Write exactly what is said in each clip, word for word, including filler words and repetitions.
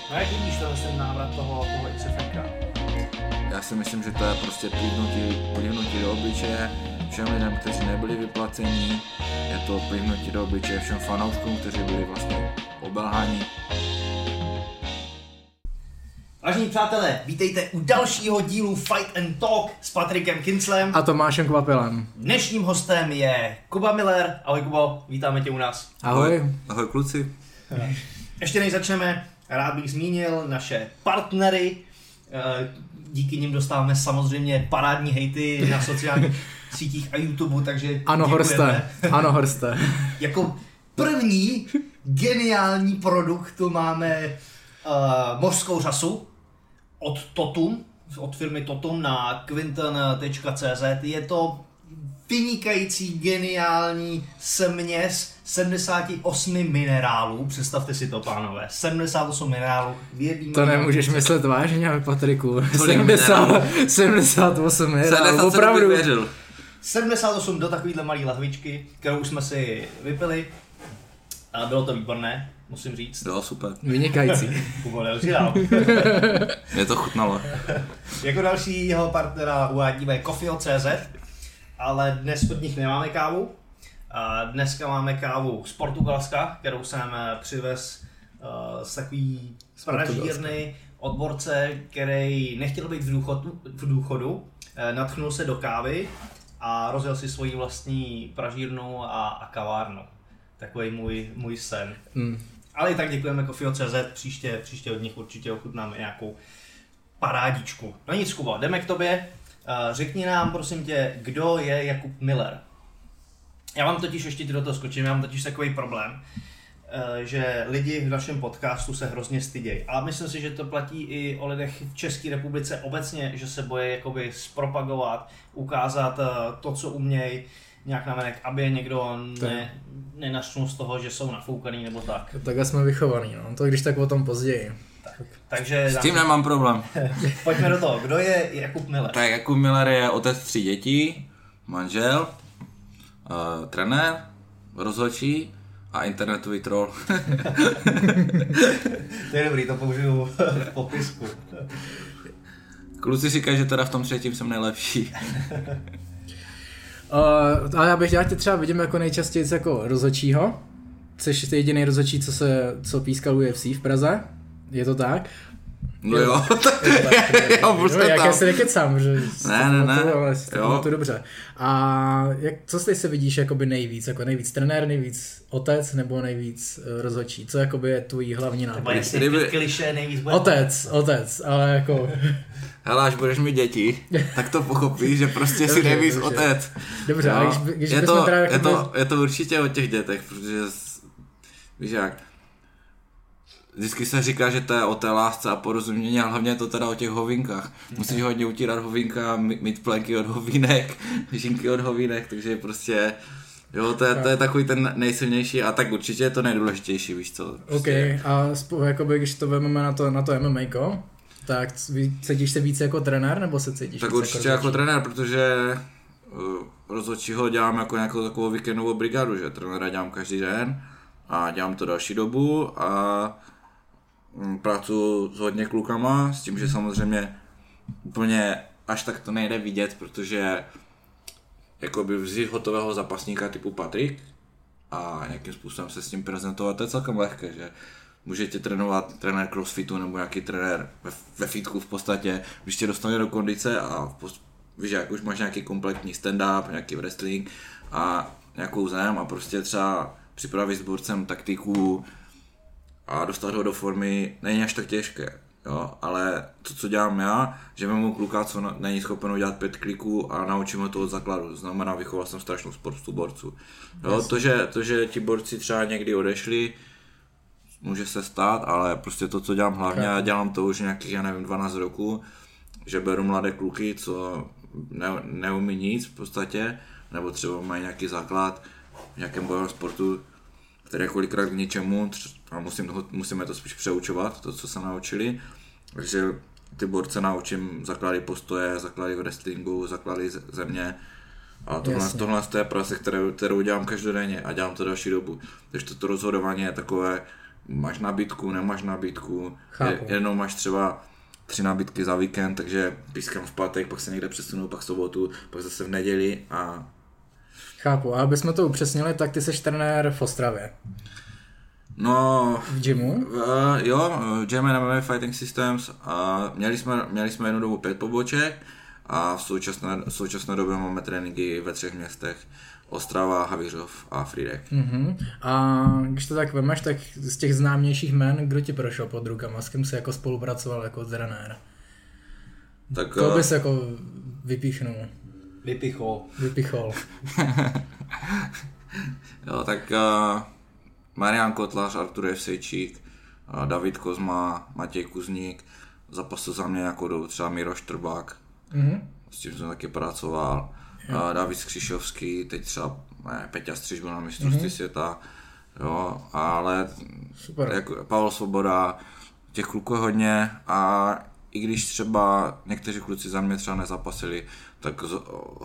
No jak vidíš ten návrat toho, toho X F N? Já si myslím, že to je prostě plivnutí, plivnutí do obličeje všem lidem, kteří nebyli vyplacení. Je to plivnutí do obličeje všem fanouškům, kteří byli vlastně obelháni. Vážení přátelé, vítejte u dalšího dílu Fight and Talk s Patrikem Kinclem a Tomášem Kvapilem. Dnešním hostem je Kuba Miller. Ahoj Kubo, vítáme tě u nás. Ahoj. Ahoj kluci. Ještě než začneme, rád bych zmínil naše partnery. Díky nim dostáváme samozřejmě parádní hejty na sociálních sítích a YouTube, takže ano, Horste, ano Horste. Jako první geniální produkt tu máme uh, mořskou řasu od Totum, od firmy Totum na quinton tečka cé zet. Je to vynikající, geniální směs sedmdesát osm minerálů. Představte si to, pánové. sedmdesát osm minerálů. Vědíme, to nemůžeš myslet vážně, Patriku. sedmdesát, sedmdesát osm minerálů, opravdu. sedmdesát osm do takovýhle malý lahvičky, kterou jsme si vypili. A bylo to výborné, musím říct. Bylo super. Vynikající. Kubo, neuzíral. Mě to chutnalo. Jako dalšího partnera uvádíme Coffee tečka cé zet, ale dnes od nich nemáme kávu. Dneska máme kávu z Portugalska, kterou jsem přivez z takový pražírny odborce, který nechtěl být v důchodu, v důchodu, natchnul se do kávy a rozjel si svoji vlastní pražírnu a, a kavárnu. Takový můj, můj sen. Hmm. Ale i tak děkujeme Coffee tečka cé zet, příště, příště od nich určitě ochutnáme nějakou parádičku. No nic, Kubo, jdeme k tobě. Řekni nám, prosím tě, kdo je Jakub Miller. Já vám totiž ještě do toho skočím, já mám totiž takový problém, že lidi v našem podcastu se hrozně stydějí. A myslím si, že to platí i o lidech v České republice obecně, že se bojí jakoby zpropagovat, ukázat to, co umějí nějak navenek, aby je někdo ne, nenaštnul z toho, že jsou nafoukaný nebo tak. Tak jsme vychovaný, no. To když tak o tom později. Tak, takže s tím nemám problém. Pojďme do toho. Kdo je Jakub Miller? Tak Jakub Miller je otec tří dětí, manžel, uh, trenér, rozhodčí a internetový troll. To je dobrý, to použiju v popisku. Kluci říkají, že teda v tom třetím jsem nejlepší. Uh, ale já bych já tě třeba vidím jako nejčastěji jako rozhodčího. Jsi ty jediný rozhodčí, co se co pískal U F C v Praze. Je to tak? No jo, jo, jak já si nekecám, že ne, ne, ne, ale to dobře. A jak, co ty se vidíš jakoby nejvíc? Jako nejvíc trenér, nejvíc otec nebo nejvíc uh, rozhodčí? Co jakoby je tvůj hlavní nápad? Kdyby... kliše, nejvíc bude otec, otec, ale jako... Hele, až budeš mít děti, tak to pochopíš, že prostě dobře, si nejvíc dobře. otec. Dobře, no, a když, když je, to, teda je, jakoby... to, je to určitě o těch dětech, protože víš jak, vždycky se říká, že to je o té lásce a porozumění, ale hlavně je to teda o těch hovinkách. Musíš hodně utírat hovinka, mít plenky od hovínek, žinky od hovínek, takže prostě, jo, to je, to je takový ten nejsilnější a tak určitě je to nejdůležitější, víš co. Prostě. Ok, a spo, jakoby, když to vezmeme na to, na to M M A ko, tak cítíš se více jako trenér, nebo se cítíš tak více určitě jako, jako trenér, protože uh, rozhodčího dělám jako nějakou takovou víkendovou brigádu, že trenéra dělám každý den a dělám to další dobu a um, pracuji s hodně klukama, s tím, že samozřejmě úplně až tak to nejde vidět, protože jakoby vzít hotového zápasníka typu Patrik a nějakým způsobem se s tím prezentovat, to je celkem lehké, že můžete trénovat trenér crossfitu nebo nějaký trenér ve, ve fitku v podstatě, když tě dostane do kondice a post, víš, jak už máš nějaký kompletní stand-up, nějaký wrestling a nějakou zem a prostě třeba připravit s borcem taktiku a dostat ho do formy není až tak těžké, jo, ale to, co dělám já, že vemu kluka, co není schopen udělat pět kliků a naučím ho to od základu, to znamená vychoval jsem strašnou spoustu borců, jo, to že, to, že ti borci třeba někdy odešli, může se stát, ale prostě to, co dělám hlavně, já dělám to už nějakých, já nevím, dvanáct roků, že beru mladé kluky, co ne, neumí nic v podstatě, nebo třeba mají nějaký základ v nějakém bojovém sportu, který je kolikrát k ničemu a musím, musíme to spíš přeučovat, to, co se naučili, takže ty borce naučím základy postoje, základy v wrestlingu, základy země a tohle, tohle je práce, kterou, kterou dělám každodenně a dělám to další dobu, takže toto rozhodování je takové máš nabídku, nemáš nabídku, Chápu. jednou máš třeba tři nabídky za víkend, takže pískám v pátek, pak se někde přesunu, pak v sobotu, pak zase v neděli a... Chápu, a abychom to upřesnili, tak ty seš trenér v Ostravě. No... V gymu? Uh, jo, German M M A Fighting Systems a měli jsme, měli jsme jednu dobu pět poboček a v současné, v současné době máme tréninky ve třech městech. Ostrava, Havířov a Frýdek. Uh-huh. A když to tak vemeš, tak z těch známějších jmen, kdo ti prošel pod rukama, s kým jsi jako spolupracoval jako trenér? Tak, Koho bys jako vypíchnul? Vypichol. Vypichol. jo, tak uh, Marian Kotlař, Artur Jevsejčík, uh, David Kozma, Matěj Kuzník, zapasil za mě jako do třeba Míroš Trbák, uh-huh. s tím jsem taky pracoval. Uh, David Skřišovský, teď třeba ne, Peťa Střiž byl na mistrovství mm-hmm. světa, jo, ale super. Jako Pavel Svoboda, těch kluků hodně a i když třeba někteří kluci za mě třeba nezapasili, tak z,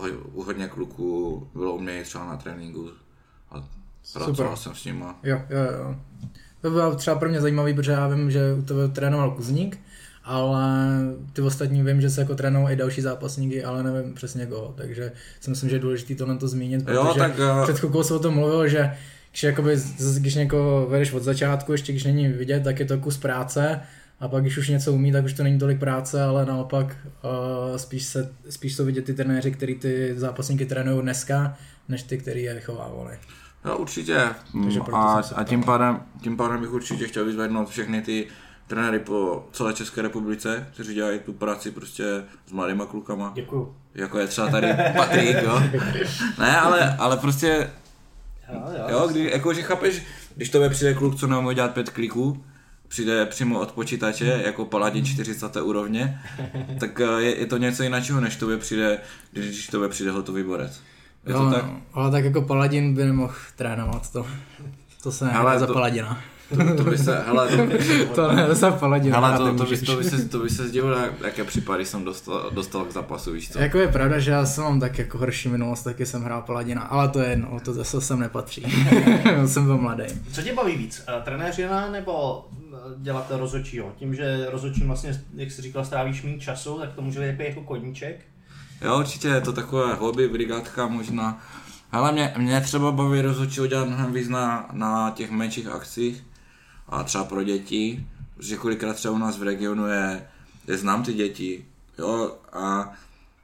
u hodně kluků bylo u mě třeba na tréninku a pracoval jsem s nima. Jo, jo, jo. To bylo třeba pro mě zajímavý, protože já vím, že u tebe trénoval Kuzník, ale ty ostatní vím, že se jako trénoval i další zápasníky, ale nevím přesně koho, takže si myslím, že je důležité tohle to zmínit, protože jo, tak, uh... před chvilkou jsem o tom mluvil, že když, jakoby, když někoho vedeš od začátku, ještě když není vidět, tak je to kus práce a pak když už něco umí, tak už to není tolik práce, ale naopak uh, spíš, se, spíš jsou vidět ty trenéři, který ty zápasníky trénují dneska, než ty, který je vychovávali. Jo, určitě. A, a tím, pádem, tím pádem bych určitě chtěl vyzvednout všechny ty trenéry po celé České republice, kteří dělají tu práci prostě s mladýma klukama. Děkuju. Jako je třeba tady Patrik, jo. Ne, ale, ale prostě, jo, jo, jo kdy, jako, že chápeš, když to přijde kluk, co neumí dělat pět kliků, přijde přímo od počítače, jako Paladin čtyřicáté úrovně, tak je, je to něco jiného, než tobě přijde, když tobě přijde hotový borec. Je jo, to tak? No, ale tak jako Paladin by nemohl trénovat to. To se nehraje za to... Paladina. To, to by se, hele, to, to ne, za Paladina. Hele, to, to, by, to, by se, to by se zdivil, jaké případy jsem dostal, dostal k zápasu, víš co? Jako je pravda, že já jsem mám tak jako horší minulost, taky jsem hrál Paladina, ale to je jedno, to zase sem nepatří. Jsem byl mladý. Co tě baví víc, trenéřina nebo dělat rozhodčího? Tím, že rozhodčím vlastně, jak jsi říkal, strávíš méně času, tak to může být jako, jako koníček? Jo, určitě je to takové hobby, brigádka možná. Ale mě, mě třeba baví rozhodčího dělat mnohem víc na, na těch menších akcích a třeba pro děti, protože kolikrát třeba u nás v regionu je, je znám ty děti, jo, a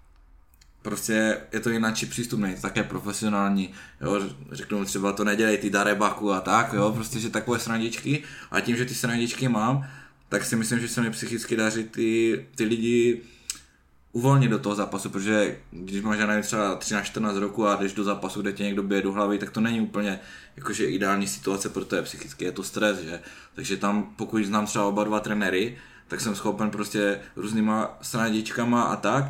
prostě je to jináčí přístupný, také profesionální, jo, řeknu třeba to nedělej ty darebaku a tak, jo, prostě že takové srandičky a tím, že ty srandičky mám, tak si myslím, že se mi psychicky daří ty, ty lidi uvolnit do toho zápasu, protože když máš, já nevím, třeba třináct čtrnáct roku a jdeš do zápasu, kde tě někdo bije do hlavy, tak to není úplně jakože ideální situace pro tebe psychicky, je to stres, že? Takže tam, pokud znám třeba oba dva trenéry, tak jsem schopen prostě různýma srandičkama a tak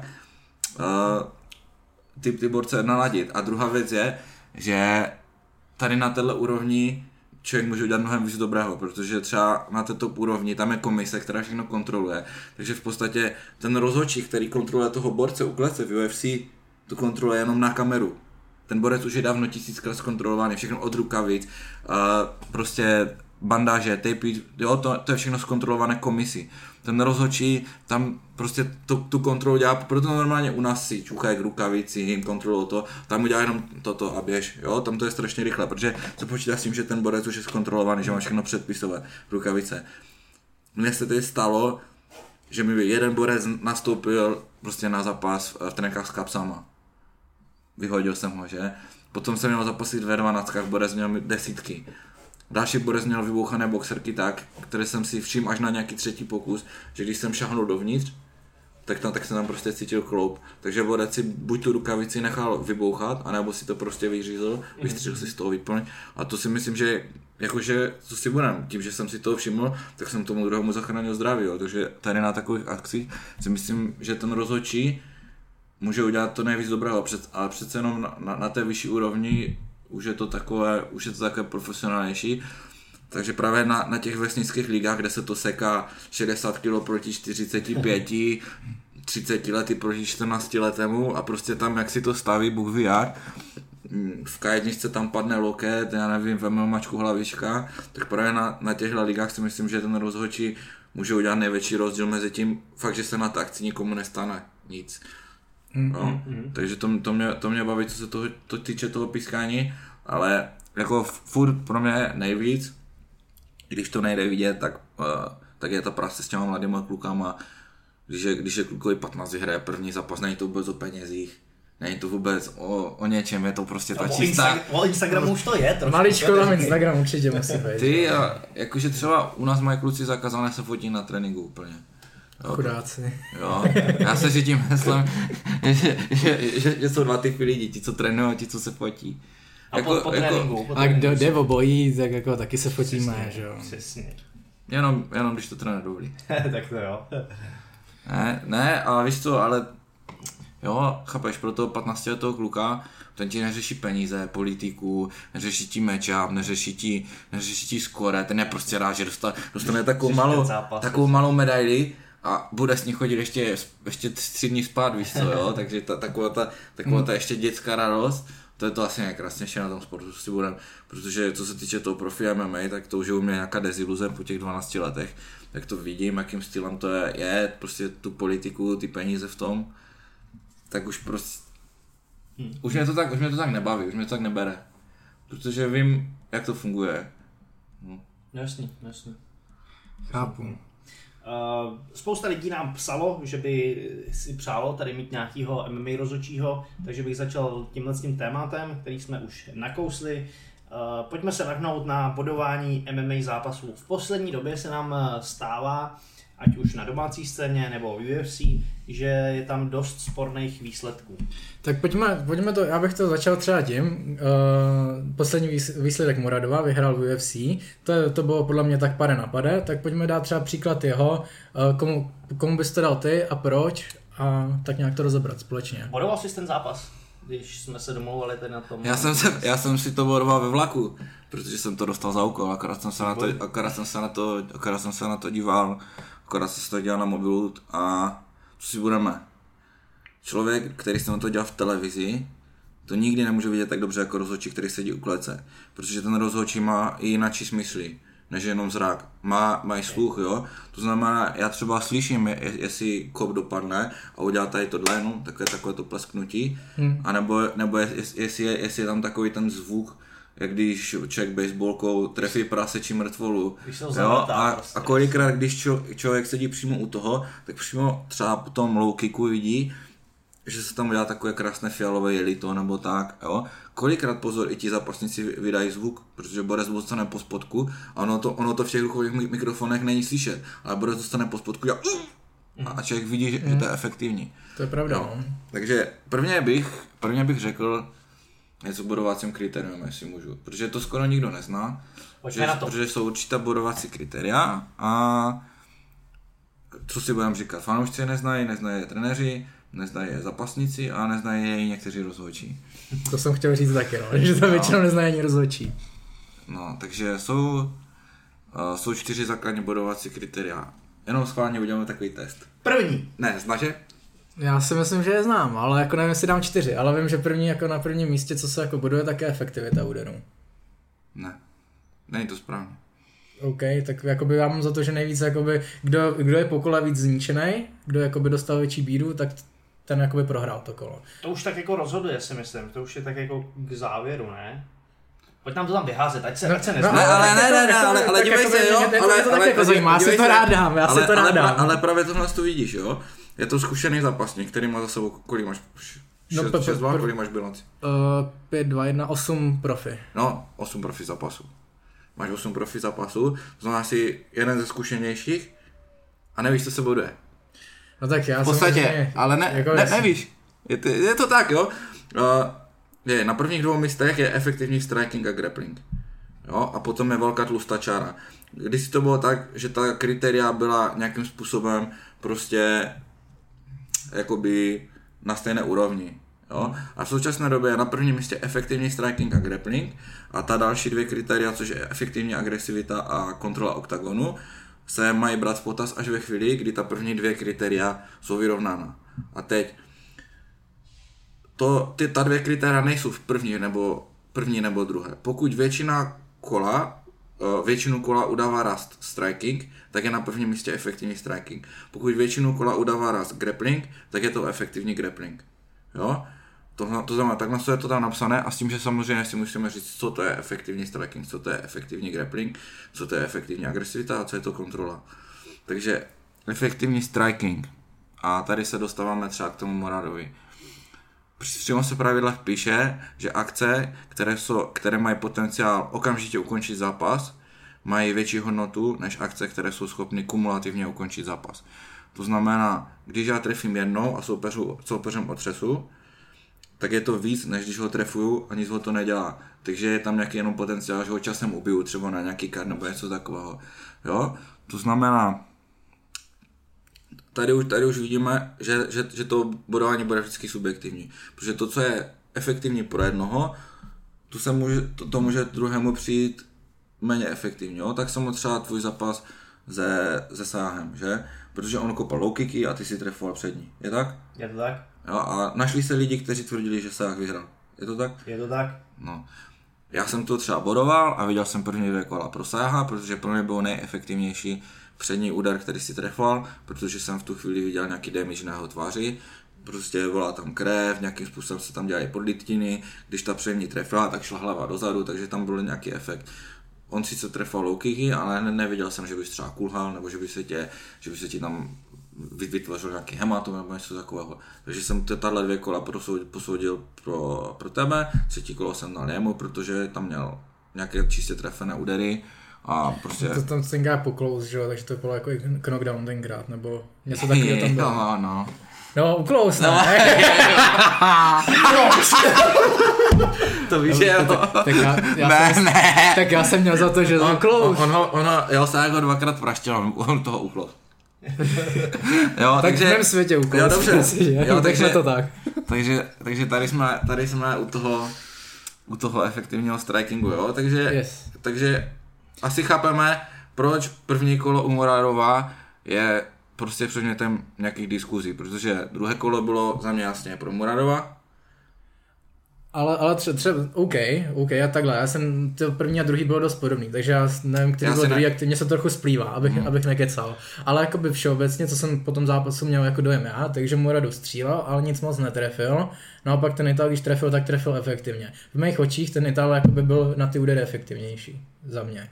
uh, ty, ty borce naladit. A druhá věc je, že tady na této úrovni člověk může udělat mnohem víc dobrého, protože třeba na této úrovni tam je komise, která všechno kontroluje. Takže v podstatě ten rozhodčí, který kontroluje toho borce u klece v U F C, to kontroluje jenom na kameru. Ten borec už je dávno tisíckrát zkontrolovaný, všechno od rukavic, uh, prostě bandáže, tapy, jo, to, to je všechno zkontrolované komisí. Ten rozhodčí tam prostě to, tu kontrolu dělá, proto normálně u nás si čuchají k rukavici, jim kontrolují to, tam udělá jenom toto a běž, jo, tam to je strašně rychle, protože se počítá s tím, že ten borec už je zkontrolovaný, že má všechno předpisové rukavice. Mně se tady stalo, že mi jeden borec nastoupil prostě na zápas v trenkách s kapsama. Vyhodil jsem ho, že? Potom jsem měl zapasit ve dvanáctkách, borec měl desítky. Další borec měl vybouchané boxerky tak, které jsem si všiml až na nějaký třetí pokus, že když jsem šahnul dovnitř, tak, tam, tak jsem tam prostě cítil kloup. Takže borec si buď tu rukavici nechal vybouchat, anebo si to prostě vyřízl, vystřihl si z toho výplň. A to si myslím, že jakože, co si budem, tím, že jsem si toho všiml, tak jsem tomu druhému zachránil zdraví. Jo. Takže tady na takových akcích si myslím, že ten rozhodčí může udělat to nejvíc dobrého, ale přece jenom na, na, na té vyšší úrovni už je to takové, už je to takové profesionálnější. Takže právě na, na těch vesnických ligách, kde se to seká šedesát kilo proti čtyřicet pět, třicet lety proti čtrnácti letému a prostě tam, jak si to staví, Bůh ví jak, v ká jedna tam padne loket, já nevím, veme mačku hlavička, tak právě na, na těchto ligách si myslím, že ten rozhodčí může udělat největší rozdíl mezi tím, fakt, že se na té akci nikomu nestane nic. No, mm-hmm. Takže to, to, mě, to mě baví, co se toho, to týče toho pískání, ale jako furt pro mě nejvíc, když to nejde vidět, tak, uh, tak je ta práce s těma mladýma klukama, když je, když je klukovi patnáct hraje první zápas, není to vůbec o penězích, není to vůbec o, o něčem, je to prostě ta no, čistá... Insta- o Instagramu už to je trošku. Maličko tam Instagram určitě musí být. Ty, a, jakože třeba u nás mají kluci zakázané se fotit na tréninku úplně. Jo, chudáci. Jo, já se si tím myslím, že, že, že, že jsou dva typy lidí, ti co trénují a ti co se fotí. A jako, po, po jako, tréninku. Po a kdo jde obojí, tak jako taky se fotíme, přesně, že jo. Přesně. Jenom, jenom když to trénuje dobrý. Tak to jo. Ne, ne, ale víš co, ale jo, chápeš, pro toho patnáctiletého kluka, ten ti neřeší peníze, politiku, neřeší ti matchup, neřeší ti, neřeší ti skore, ten je prostě rád, že dostane, dostane takovou malou, zápas, takovou malou medaili a bude s ní chodit ještě, ještě tři dní spát, víš co, jo, takže ta, taková, ta, taková ta ještě dětská radost, to je to asi nejkrásnější na tom sportu, si budem, protože co se týče toho profi M M A, tak to už je u mě nějaká deziluze po těch dvanácti letech, tak to vidím, jakým stylem to je, je prostě tu politiku, ty peníze v tom, tak už prostě, hmm. už mě to tak, už mě to tak nebaví, už mě to tak nebere, protože vím, jak to funguje. Hm. Jasně, jasně. Chápu. Uh, spousta lidí nám psalo, že by si přálo tady mít nějakého M M A rozhodčího, takže bych začal tímhle s tím tématem, který jsme už nakousli. Uh, pojďme se vrhnout na bodování M M A zápasů. V poslední době se nám stává, ať už na domácí scéně nebo v U F C, že je tam dost sporných výsledků. Tak pojďme, pojďme to, já bych to začal třeba tím. Uh, poslední výsledek Muradova vyhrál v U F C, to, to bylo podle mě tak pade na pade, tak pojďme dát třeba příklad jeho, uh, komu, komu bys to dal ty a proč a tak nějak to rozebrat společně. Bodoval jsi ten zápas, když jsme se domlouvali tady na tom? Já jsem, se, já jsem si to bodoval ve vlaku, protože jsem to dostal za úkol, akorát jsem se na to, akorát jsem se na to, akorát jsem se na to díval, akorát jsem se to dělal na mobilu a co si budeme. Člověk, který se na to dělal v televizi, to nikdy nemůže vidět tak dobře jako rozhodčí, který sedí u klece, protože ten rozhodčí má i jináčí smysly, než jenom zrak. Má, má i sluch, jo. To znamená, já třeba slyším, jestli kop dopadne a udělá tady tohle, no, takové, takové to plesknutí, hmm. a nebo, nebo jestli, jestli, je, jestli je tam takový ten zvuk, jak když člověk baseballkou trefí prasečí mrtvolu. Jo? A, prostě. A kolikrát, když čo, člověk sedí přímo u toho, tak přímo třeba po tom low kicku vidí, že se tam udělá takové krásné fialové jelito nebo tak. Jo? Kolikrát pozor, i ti zápasníci vydají zvuk, protože borec dostane po spodku a ono to, ono to v těch ruchových mikrofonech není slyšet, ale borec dostane po spodku a, a člověk vidí, že, mm. že to je efektivní. To je pravda. Jo? Takže prvně bych, prvně bych řekl něco bodovacím kritérium, jestli můžu, protože to skoro nikdo nezná, protože, protože jsou určitá bodovací kritéria a co si budeme říkat, fanoušci neznají, neznají je trenéři, neznají je zápasníci a neznají je i někteří rozhodčí. To jsem chtěl říct taky, no, že to no. většinou neznají ani rozhodčí. No, takže jsou, uh, jsou čtyři základní bodovací kritéria. Jenom schválně uděláme takový test. První. Ne, znáš je? Já si myslím, že je znám, ale jako nevím, jestli dám čtyři, ale vím, že první jako na prvním místě, co se jako boduje, tak je efektivita úderů. Ne, není to správně. OK, tak jakoby já mám za to, že nejvíc jakoby, kdo, kdo je po kole víc zničený, kdo jakoby dostal větší bídu, tak ten jakoby prohrál to kolo. To už tak jako rozhoduje, si myslím, to už je tak jako k závěru, ne? Pojď nám to tam vyházet, ať se, no, ať se nezná. No, ale ne, ne, ne, ale, ale dívej se, jo, ale, ale, to tak jako zajímá, já si to rád dám, já si to rád dám. Ale právě tohle to vidíš, jo, je to zkušený zápasník, který má za sebou, kolik máš, šest dva, kolik máš bilanci? pět dva jedna osm profi. No, osm profi zápasů. Máš osm profi zápasů, to znamená si jeden ze zkušenějších a nevíš, co se boduje. No tak já v podstatě, jsem ale ne, jako ne, nevíš, je to, je to tak, jo. Uh, je, na prvních dvou místech je efektivní striking a grappling. Jo, a potom je velká tlustá čára. Když to bylo tak, že ta kritéria byla nějakým způsobem prostě jakoby na stejné úrovni. Jo? A v současné době je na prvním místě efektivní striking a grappling a ta další dvě kritéria, což je efektivní agresivita a kontrola oktagonu, se mají brát v potaz až ve chvíli, kdy ta první dvě kritéria jsou vyrovnána. A teď to, ty, ta dvě kritéria nejsou v první nebo, první nebo druhé. Pokud většina kola, většinu kola udává Rust striking, tak je na prvním místě efektivní striking. Pokud většinu kola udává Rust grappling, tak je to efektivní grappling. Jo? To, to znamená, takhle je to tam napsané a s tím, že samozřejmě si musíme říct, co to je efektivní striking, co to je efektivní grappling, co to je efektivní agresivita a co je to kontrola. Takže efektivní striking. A tady se dostáváme třeba k tomu Moradovi. Přímo se v pravidlech píše, že akce, které, jsou, které mají potenciál okamžitě ukončit zápas, mají větší hodnotu než akce, které jsou schopny kumulativně ukončit zápas. To znamená, když já trefím jednou a soupeřu, soupeřem otřesu, tak je to víc, než když ho trefuju a nic ho to nedělá. Takže je tam nějaký jenom potenciál, že ho časem ubiju, třeba na nějaký kard nebo něco takového. Jo? To znamená, tady už, tady už vidíme, že, že, že to bodování bude vždycky subjektivní. Protože to, co je efektivní pro jednoho, to, se může, to, to může druhému přijít méně efektivně. Jo? Tak samo třeba tvůj zápas se, se Sajahem, že? Protože on kopal low kicky a ty si trefoval přední. Je tak? Je to tak? Jo, a našli se lidi, kteří tvrdili, že Sajah vyhrál. Je to tak? Je to tak. No. Já jsem to třeba bodoval a viděl jsem první dvě kola pro Sajaha, protože pro mě byl nejefektivnější přední úder, který si trefoval, protože jsem v tu chvíli viděl nějaký damage na jeho tváři. Prostě byla tam krev, nějakým způsobem se tam dělaly podlitiny, když ta přední trefila, tak šla hlava dozadu, takže tam byl nějaký efekt. On sice trefal low kicky, ale ne, neviděl jsem, že bys třeba kulhal, nebo že by se tě, že by se ti tam vytvořil nějaký hematom nebo něco takového. Takže jsem tato dvě kola posoudil pro, pro tebe, třetí kolo jsem dal jemu, protože tam měl nějaké čistě trefené údery a prostě... To tam se po close, že jo, takže to bylo jako knockdown tenkrát, nebo něco takového tam bylo. No, no. No, u close, ne? To víš, že jo. Tak já, já ne, jsem, ne. Tak já jsem měl za to, že to close. On, on, on, jo, se jako dvakrát praštil, on toho uklos. Jo, tak takže, v mém světě u close. Jo, dobře. Jo, takže, to tak. takže, takže tady jsme, tady jsme u toho, u toho efektivního strikingu, jo, takže, yes. takže asi chápeme, proč první kolo u Moradova je prostě předmětem nějakých diskuzí, protože druhé kolo bylo za mě jasně pro Moradova. Ale, ale třeba, třeba, OK, OK, já takhle, já jsem, to první a druhý bylo dost podobný, takže já nevím, který já byl druhý, ne... jak mě se trochu splývá, abych, hmm. abych nekecal. Ale jakoby všeobecně, co jsem po tom zápasu měl jako dojem já, takže Moradov střílel, ale nic moc netrefil. Naopak ten Ital, když trefil, tak trefil efektivně. V mých očích ten Ital jakoby byl na ty údery efektivnější, za mě.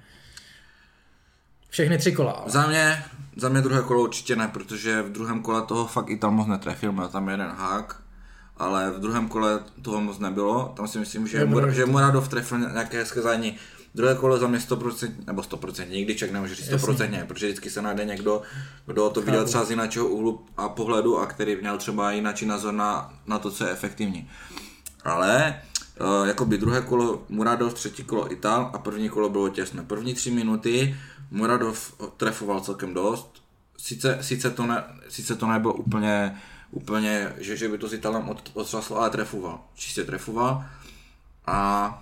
Všechny tři kola. Ale. Za mě, za mě druhé kolo určitě ne, protože v druhém kole toho fakt Ital moc netrefil, měl tam jeden hák. Ale v druhém kole toho moc nebylo, tam si myslím, že, Mur, že Moradov trefil nějaké skazání. Druhé kolo za mě sto procent, nebo sto procent, nikdy člověk nemůže říct sto procent, protože vždycky se najde někdo, kdo to viděl třeba z jiného úhlu a pohledu a který měl třeba jináčí názor na, na to, co je efektivní. Ale uh, jakoby druhé kolo Moradov, třetí kolo Ital a první kolo bylo těsné. První tři minuty Moradov trefoval celkem dost, sice, sice, to, ne, sice to nebylo úplně úplně, že, že by to s Italem od, otřáslo, ale trefoval, čistě trefoval a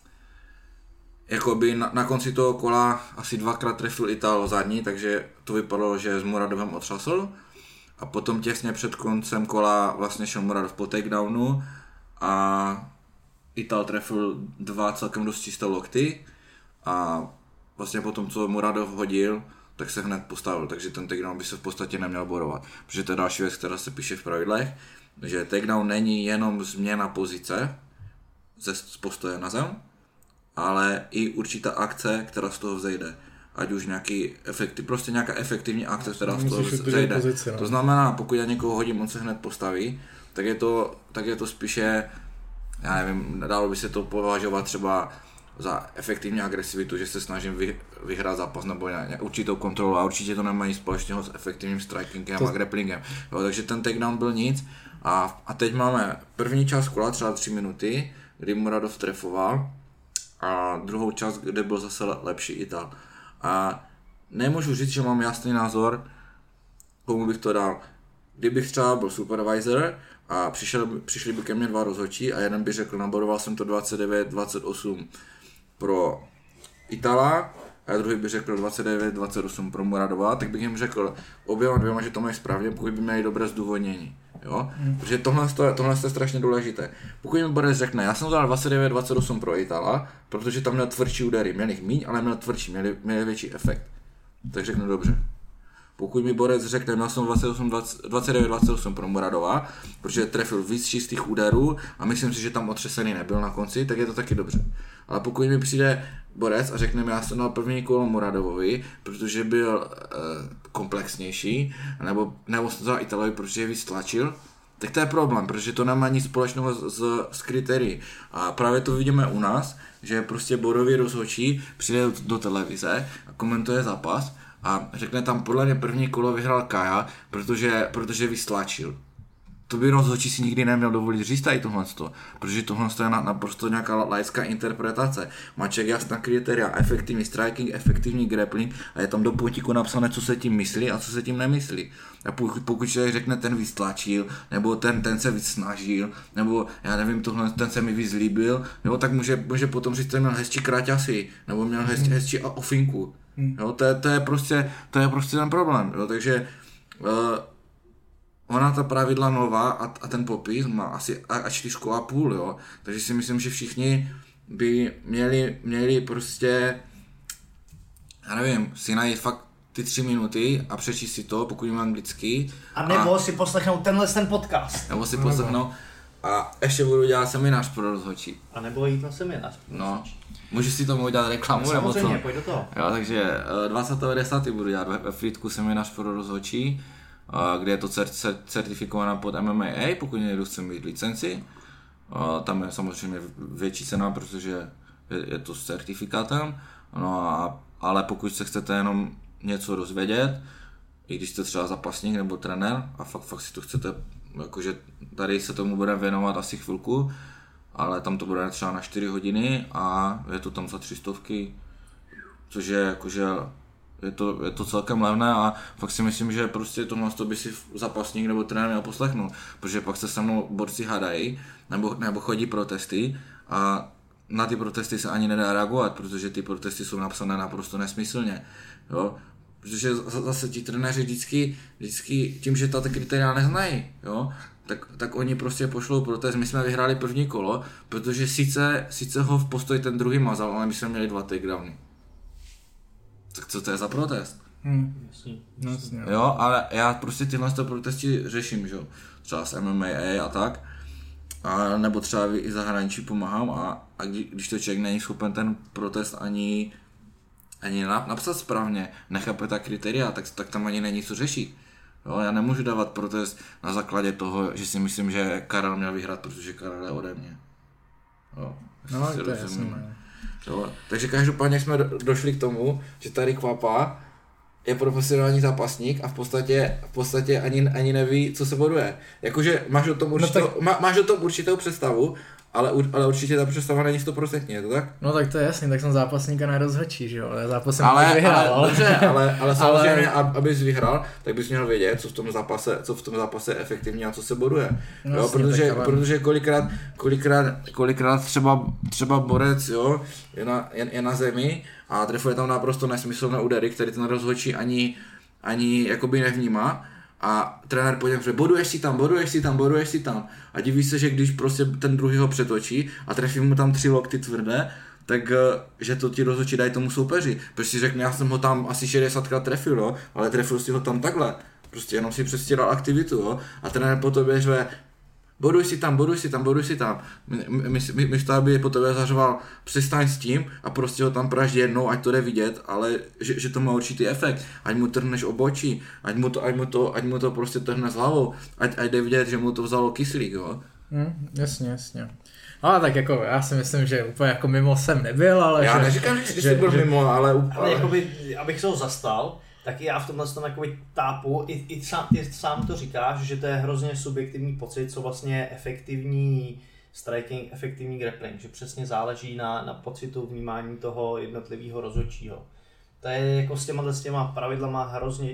jakoby na, na konci toho kola asi dvakrát trefil Ital zadní, takže to vypadalo, že s Moradovem otřásl a potom těsně před koncem kola vlastně šel Moradov po takedownu a Ital trefil dva celkem dost čisté lokty a vlastně potom, co Moradov hodil, tak se hned postavil, takže ten takedown by se v podstatě neměl bodovat. Protože to je další věc, která se píše v pravidlech, že takedown není jenom změna pozice ze z postoje na zem, ale i určitá akce, která z toho vzejde. Ať už nějaký efektiv, prostě nějaká efektivní akce, která z toho vzejde. Pozici, no. To znamená, pokud já někoho hodím, on se hned postaví, tak je to, tak je to spíše, já nevím, dalo by se to považovat třeba za efektivní agresivitu, že se snažím vy, vyhrát zápas nebo nějak určitou kontrolu a určitě to nemají společného s efektivním strikingem to... a grapplingem. Jo, takže ten takedown byl nic a, a teď máme první část kola, třeba tři minuty, kdy Moradov trefoval a druhou část, kde byl zase lepší Ital. A nemůžu říct, že mám jasný názor, komu bych to dal. Kdybych třeba byl supervisor a přišel, přišli by ke mně dva rozhodčí a jeden by řekl, nabodoval jsem to dvacet devět dvacet osm pro Itala a druhý by řekl dvacet devět dvacet osm pro Moradova, tak bych jim řekl oběma dvěma, že to mají správně, pokud by měli dobré zdůvodnění. Jo? Mm. Protože tohle, tohle je strašně důležité. Pokud mi Borec řekne, já jsem dal dvacet devět dvacet osm pro Itala, protože tam měl tvrdší údery, měl jich míň, ale měl tvrdší, měl, měl větší efekt. Tak řeknu dobře. Pokud mi Borec řekne, měl jsem dvacet devět dvacet osm pro Muradova, protože trefil víc čistých úderů a myslím si, že tam otřesený nebyl na konci, tak je to taky dobře. Ale pokud mi přijde Borec a řekne mi, já jsem dal první kolo Muradovovi, protože byl e, komplexnější, nebo, nebo jsem to dal Italovi, protože je víc tlačil, tak to je problém, protože to nemá nic společného s, s, s kritérií. A právě to vidíme u nás, že prostě bodový rozhodčí přijde do, do televize a komentuje zápas a řekne tam, podle mě první kolo vyhrál Kaja, protože, protože vystlačil. To by rozhodčí si nikdy neměl dovolit říct tady tohleto, protože tohle je naprosto nějaká laická interpretace. Má člověk jasná kritéria, efektivní striking, efektivní grappling a je tam do puntíku napsané, co se tím myslí a co se tím nemyslí. A pokud, pokud člověk řekne, ten vystlačil, nebo ten, ten se víc snažil, nebo já nevím, tohle, ten se mi víc líbil, nebo tak může, může potom říct, že měl hezčí kráťasy, nebo měl hezčí, hezčí ofinku. Jo, to, je, to, je prostě, to je prostě ten problém. Jo, takže uh, ona ta pravidla nová a, a ten popis má asi a čtyřku a půl, jo. Takže si myslím, že všichni by měli, měli prostě, já nevím, si najít fakt ty tři minuty a přečíst si to, pokud jim anglicky. A nebo a, si poslechnout tenhle ten podcast. Nebo si poslechnout a ještě budu dělat seminář pro rozhodčí. A nebo jít na seminář pro no. Můžeš si tomu udělat reklamu, no, nebo co? Samozřejmě, pojď do toho. Jo, takže dvacátého desátého budu dělat ve Frýdku seminář pro rozhodčí, kde je to certifikované pod M M A, pokud někdo chce mít licenci. Tam je samozřejmě větší cena, protože je to s certifikátem, no a, ale pokud se chcete jenom něco dozvědět, i když jste třeba zápasník nebo trenér a fakt, fakt si to chcete, jakože tady se tomu budeme věnovat asi chvilku, ale tam to bude třeba na čtyři hodiny a je to tam za tři stovky, což je jakože je to, je to celkem levné a fakt si myslím, že prostě tohle by si zápasník nebo trenér měl poslechnout, protože pak se se mnou borci hádají nebo, nebo chodí protesty a na ty protesty se ani nedá reagovat, protože ty protesty jsou napsané naprosto nesmyslně, jo. Protože zase ti trenéři vždycky, vždycky tím, že ta kritéria neznají, jo, tak, tak oni prostě pošlou protest. My jsme vyhráli první kolo, protože sice, sice ho v postoji ten druhý mazal, ale my jsme měli dva takedowny. Tak co to je za protest? Hmm. Jasně. Jasně. Jo, ale já prostě tyhle protesty řeším, že jo, třeba s M M A a tak, a nebo třeba i zahraničí pomáhám a, a když to člověk není schopen ten protest ani ani napsat správně, nechápe ta kritéria, tak, tak tam ani není co řešit. Jo, já nemůžu dávat protest na základě toho, že si myslím, že Karel měl vyhrát, protože Karel je ode mě. Jo, no, to je jasný. Jo, takže každopádně jsme do, došli k tomu, že tady Kvapa je profesionální zápasník a v podstatě, v podstatě ani, ani neví, co se boduje. Jakože máš o tom určitou, no tak... má, máš o tom určitou představu, Ale, ale určitě ta představa není sto procent, je to tak? No tak to je jasný, tak jsem zápasníka nerozhodčí, že jo, ale zápasem ale, vyhrál. Ale, ale, dobře, ale, ale samozřejmě, ale... abys vyhrál, tak bys měl vědět, co v tom zápase, co v tom zápase je efektivní a co se boduje. No, jo, jasný, protože, ale... protože kolikrát, kolikrát, kolikrát třeba, třeba borec, jo, je na, je, je na zemi a trefuje tam naprosto nesmyslné údery, který ten rozhodčí ani, ani jakoby nevnímá. A trenér po něm, že boduješ si tam, boduješ si tam, boduješ si tam. A diví se, že když prostě ten druhý ho přetočí a trefí mu tam tři lokty tvrdé, tak že to ti rozhodčí dají tomu soupeři. Protože si řekne, já jsem ho tam asi šedesátkrát trefil, jo, ale trefil si ho tam takhle. Prostě jenom si přestíral aktivitu, jo. A trenér po tobě řve, boduj si tam, boduj si tam, boduj si tam. Místo, aby po tebe zařval, přestaň s tím a prostě ho tam praždí jednou, ať to jde vidět, ale že, že to má určitý efekt. Ať mu trhneš obočí, ať mu to, ať mu to, ať mu to prostě trhne s hlavou, ať, ať jde vidět, že mu to vzalo kyslík, jo. Hmm, jasně, jasně. Ale tak jako já si myslím, že úplně jako mimo jsem nebyl, ale já že... neříkám, že, že jsi byl že, mimo, ale úplně... Ale jakoby, abych se ho zastal, tak já v tomhle tom jakoby tápu, i, i sám, ty sám to říkáš, že to je hrozně subjektivní pocit, co vlastně je efektivní striking, efektivní grappling, že přesně záleží na, na pocitu vnímání toho jednotlivého rozhodčího. To je jako s těma, s těma pravidlama hrozně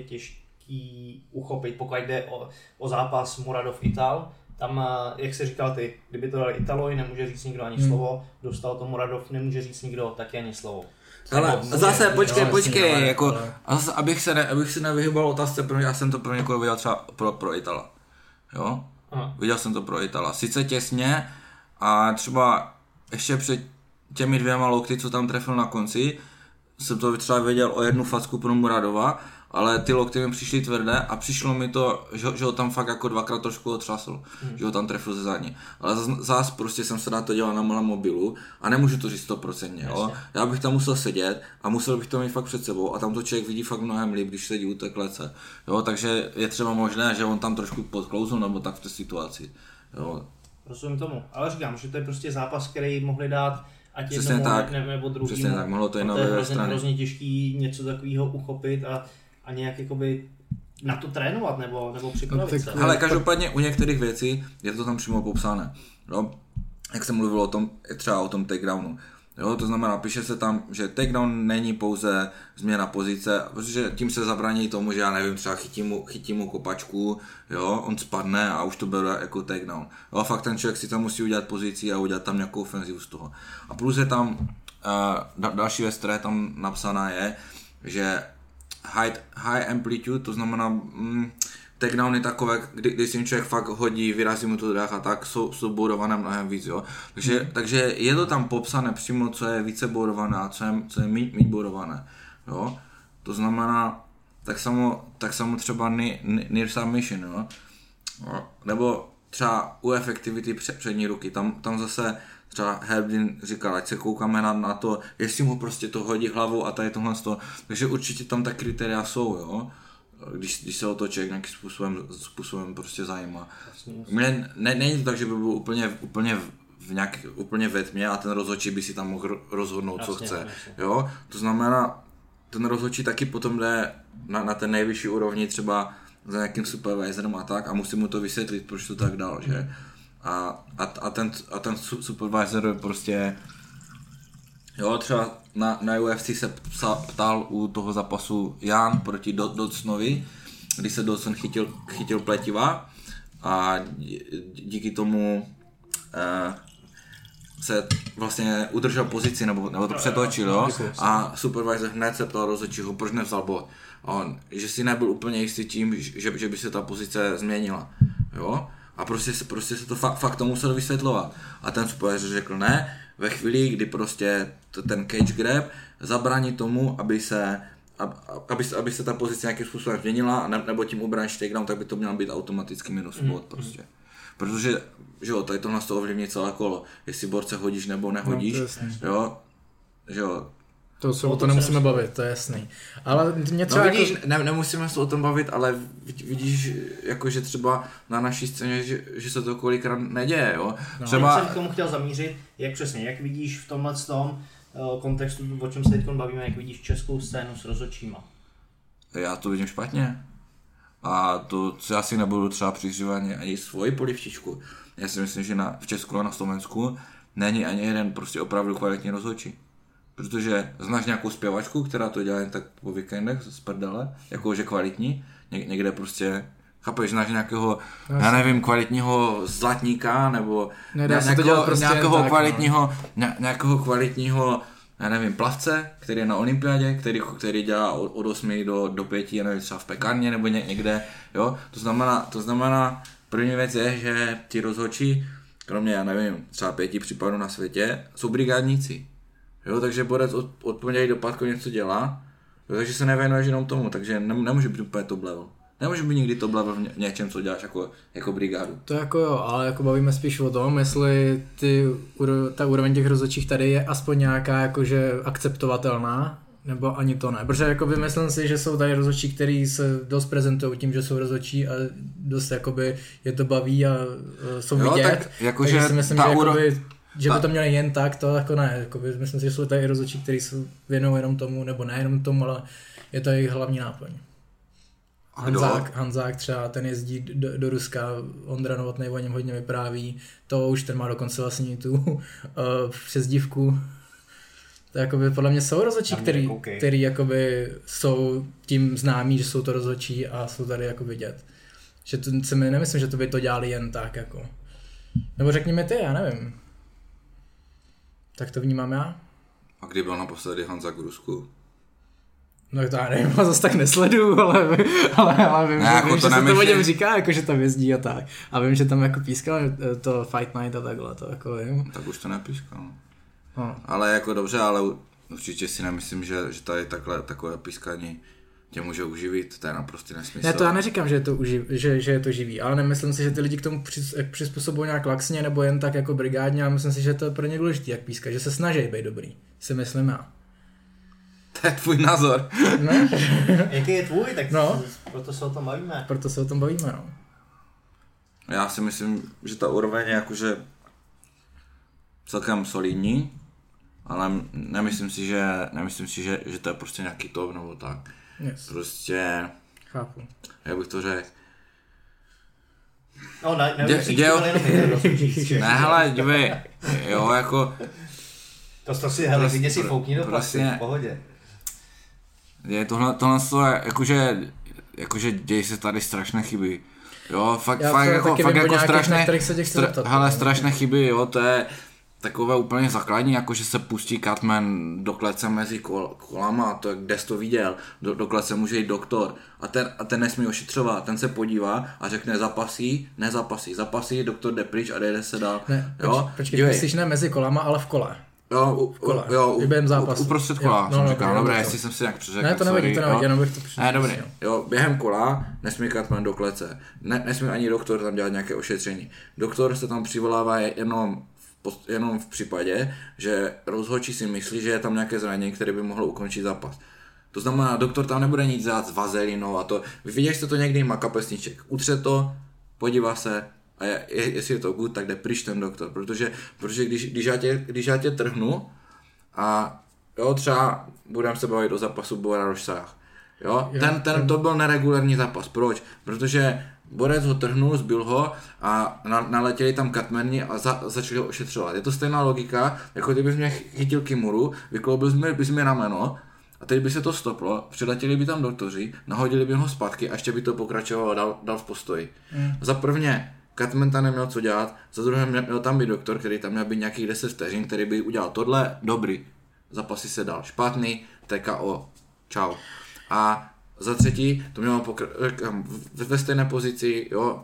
těžký uchopit, pokud jde o, o zápas Muradov-Ital. Tam, jak jsi říkal ty, kdyby to dali Italoj, nemůže říct nikdo ani hmm. slovo, dostal to Muradov, nemůže říct nikdo taky ani slovo. Ale zase počkej, no, počkej, ale, jako, ale... a zase, abych se, ne, abych se nevyhybal otázce, protože já jsem to pro někoho viděl třeba pro, pro Itala, jo? Aha. Viděl jsem to pro Itala. Sice těsně a třeba ještě před těmi dvěma lokty, co tam trefil na konci, jsem to třeba věděl o jednu facku pro Muradova, ale ty lokty mi přišly tvrdé a přišlo mi to, že, že ho tam fakt jako dvakrát trošku otřásl, hmm. že ho tam trefil ze zadní. Ale zás prostě jsem se na to dělal na malém mobilu a nemůžu to říct sto procent. Já bych tam musel sedět a musel bych to mít fakt před sebou a tam to člověk vidí fakt mnohem líp, když sedí u té klece. Jo, takže je třeba možné, že on tam trošku podklouzl nebo tak v té situaci. Jo. Rozumím tomu, ale říkám, že to je prostě zápas, který mohli dát ať přesně jednomu tak, ne, nebo druhýmu. Přesně tak, mohlo to je hrozně, hrozně těžký něco takového uchopit a, a nějak jakoby na to trénovat nebo, nebo připravit se. Hele, každopádně u některých věcí je to tam přímo popsané. No, jak jsem mluvil o tom, třeba o tom takedownu. Jo, to znamená, píše se tam, že takedown není pouze změna pozice, protože tím se zabrání tomu, že já nevím, třeba chytím mu, chytím mu kopačku, jo, on spadne a už to beru jako takedown. Jo, a fakt ten člověk si tam musí udělat pozici a udělat tam nějakou ofenzivu z toho. A plus je tam, uh, další věc, která je tam napsaná je, že high, high amplitude, to znamená, mm, takedown je takové, kdy, když si člověk fakt hodí, vyrazí mu to drah a tak, jsou, jsou bourované mnohem víc, jo. Takže, mm. takže je to tam popsané přímo, co je více bourované a co je, co je méně bourované, jo. To znamená, tak samo, tak samo třeba near submission, jo. Nebo třeba u efektivity přední ruky, tam, tam zase třeba Herbin říkal, ať se koukáme na, na to, jestli mu prostě to hodí hlavou a tady tohle z toho, takže určitě tam ta kritéria jsou, jo. Když, když se o to člověk nějakým způsobem, způsobem prostě zajímá. Mně ne, není to tak, že by byl úplně, úplně, v nějak, úplně ve tmě a ten rozhodčí by si tam mohl rozhodnout, jasně, co chce. Jasně. Jo? To znamená, ten rozhodčí taky potom jde na, na ten nejvyšší úrovni třeba za nějakým supervisorem a tak a musí mu to vysvětlit, proč to tak dal, že? A, a, a, ten, a ten supervisor prostě, jo, třeba na, na U F C se psa, ptal u toho zápasu Jan proti Dodsonovi, kdy se Dodson chytil, chytil pletiva a díky tomu eh, se vlastně udržel pozici nebo, nebo to přetočil, jo? A supervisor hned se ptal rozhodčího, proč nevzal bod. A on, že si nebyl úplně jistý tím, že, že by se ta pozice změnila, jo? A prostě, prostě se to fakt, fakt to musel vysvětlovat. A ten supervisor řekl ne, ve chvíli, kdy prostě ten cage grab zabrání tomu, aby se, aby, aby se ta pozice nějakým způsobem změnila, nebo tím ubraníš takedown, tak by to mělo být automaticky minus bod prostě. Protože, že jo, tady tohle to ovlivní celé kolo, jestli borce hodíš nebo nehodíš, no, jo, že jo. To se o to nemusíme bavit, to je jasný. Ale mě třeba no vidíš, jako... ne, nemusíme se o tom bavit, ale vidíš, jako, že třeba na naší scéně, že, že se to kolikrát neděje, jo. No, třeba... Já jsem k tomu chtěl zamířit, jak přesně, jak vidíš v tomhle tom uh, kontextu, o čem se teď bavíme, jak vidíš českou scénu s rozhodčíma. Já to vidím špatně. A to, co já si nebudu třeba přiřivat ani svoji polivčičku. Já si myslím, že na, v Česku a na Slovensku není ani jeden prostě opravdu kvalitní rozhodčí. Protože znáš nějakou zpěvačku, která to dělá jen tak po víkendech z prdele, jakože kvalitní, Ně, někde prostě, chápeš, znáš nějakého, no, já nevím, kvalitního zlatníka, nebo ne, nějakého, prostě nějakého tak, kvalitního, no. nějakého kvalitního, já nevím, plavce, který je na olympiádě, který, který dělá od, od osmi do, do pěti, já nevím, třeba v pekárně nebo ně, někde, jo, to znamená, to znamená, první věc je, že ti rozhodčí, kromě, já nevím, třeba pěti případů na světě, jsou brigádníci. Jo, takže borec od, od pondělí do pátku něco dělá, jo, takže se nevěnuješ jenom tomu, takže ne, nemůže být úplně top level. Nemůže být nikdy top level v něčem, co děláš jako, jako brigádu. To jako jo, ale jako bavíme spíš o tom, jestli ty, ta úroveň těch rozhodčích tady je aspoň nějaká jakože akceptovatelná, nebo ani to ne. Protože jako myslím si, že jsou tady rozhodčí, kteří se dost prezentují tím, že jsou rozhodčí a dost jakoby je to baví a uh, jsou jo, vidět. Tak, jako, takže že si myslím, že že úro... jakoby, že by to měli jen tak, to jako ne. Jakoby, myslím si, že jsou tady rozhodčí, kteří se věnují jenom tomu, nebo ne jenom tomu, ale je to jejich hlavní náplň. Hanzák, Hanzák třeba, ten jezdí do, do Ruska, Ondra Novotnej o něm hodně vypráví, to už ten má dokonce vlastně tu uh, přezdívku. To jakoby podle mě jsou rozhodčí, který, který jakoby jsou tím známí, že jsou to rozhodčí a jsou tady jako vidět. Že to, se mi nemyslím, že to by to dělali jen tak jako. Nebo řekni mi ty, já nevím. Tak to vnímám já. A kdy byl naposledy Hanzák v Rusku? No to já nevím, já zase tak nesleduju, ale, ale, ale vím, ne, že, jako vím, to že se to o nemyslím. něm říká, jako že tam jezdí a tak. A vím, že tam jako pískal to Fight Night a takhle, to jako vím. Tak už to nepískal. No. Ale jako dobře, ale určitě si nemyslím, že, že tady takhle takové pískání tě může uživit, to je naprostý nesmysl. Ne, to já neříkám, že je to, uživ, že, že je to živý, ale nemyslím si, že ty lidi k tomu přizpůsobují nějak laxně nebo jen tak jako brigádně, ale myslím si, že to je pro ně důležitý, jak píska, že se snaží být dobrý, si myslím já. To je tvůj názor. Ne? Jaký je tvůj, tak no. proto se o tom bavíme. Proto se o tom bavíme, no. Já si myslím, že ta úroveň je jakože celkem solidní, ale nemyslím si, že, nemyslím si, že, že to je prostě nějaký top nebo tak. Yes. Prostě, Chápu. jak bych to řekl. No, ne, Dě, děl... ne, ne, hele, dívej, jo, jako... To to si, hele, Prostě- vidě si foukni do prostě- plasty, v pohodě. Je tohle, tohle je, jakože, jakože dějí se tady strašné chyby. Jo, fakt, Já fakt to jako, taky fakt vím o jako nějakých, strašné, na kterých se tě chci stra, zeptat, hele, potom. strašné chyby, jo, to je takové úplně základní, jako že se pustí Catman do klece mezi kol, kolama, to je, kde jsi to viděl, do, do klece může jít doktor a ten, a ten nesmí ošetřovat, ten se podívá a řekne zapasí, nezapasí, zapasí, doktor jde pryč a jde se dál. Ne, jo, poč, počkej, dívej. myslíš ne mezi kolama, ale v kole. Jo, u, kole. jo, u, Během u, zápasu. uprostřed Jo, kola, no, jsem no, říkal, okay, dobré, dobře. jestli jsem si nějak přeřekl, Ne, to nevadí, sorry, to nevadí, jo. jenom bych to přesně. Ne, dobrý, jo, během kola nesmí Catman do klece, ne, nesmí ani doktor tam dělat nějaké ošetření. Doktor se tam přivolává jenom v, post, jenom v případě, že rozhodčí si myslí, že je tam nějaké zranění, které by mohlo ukončit zápas. To znamená, doktor tam nebude nic dělat s vazelinou a to, vy viděli jste to někdy, má kapesníček, utře to, podívá se, a je, je, jestli je to good, tak jde pryč ten doktor, protože, protože když, když, já tě, když já tě trhnu a jo, třeba budeme se bavit o zápasu Bora Rošsách, jo, Jo, ten, ten, ten- to byl neregulární zápas, proč? Protože borec ho trhnul, zbyl ho a na, naletěli tam Catmani a za, začali ho ošetřovat. Je to stejná logika, jako kdybys mě chytil Kimuru, vykloubil bys mi, bys mi rameno a teď by se to stoplo, přiletěli by tam doktoři, nahodili by ho zpátky a ještě by to pokračovalo dál, dál v postoji. Mm. Za prvně, Catman tam neměl co dělat, za druhé měl tam být doktor, který tam měl být nějakých deset vteřin, který by udělal tohle, dobrý, zapasí se dál, špatný, T K O, čau. A za třetí, to mělo pokra- ve stejné pozici, jo.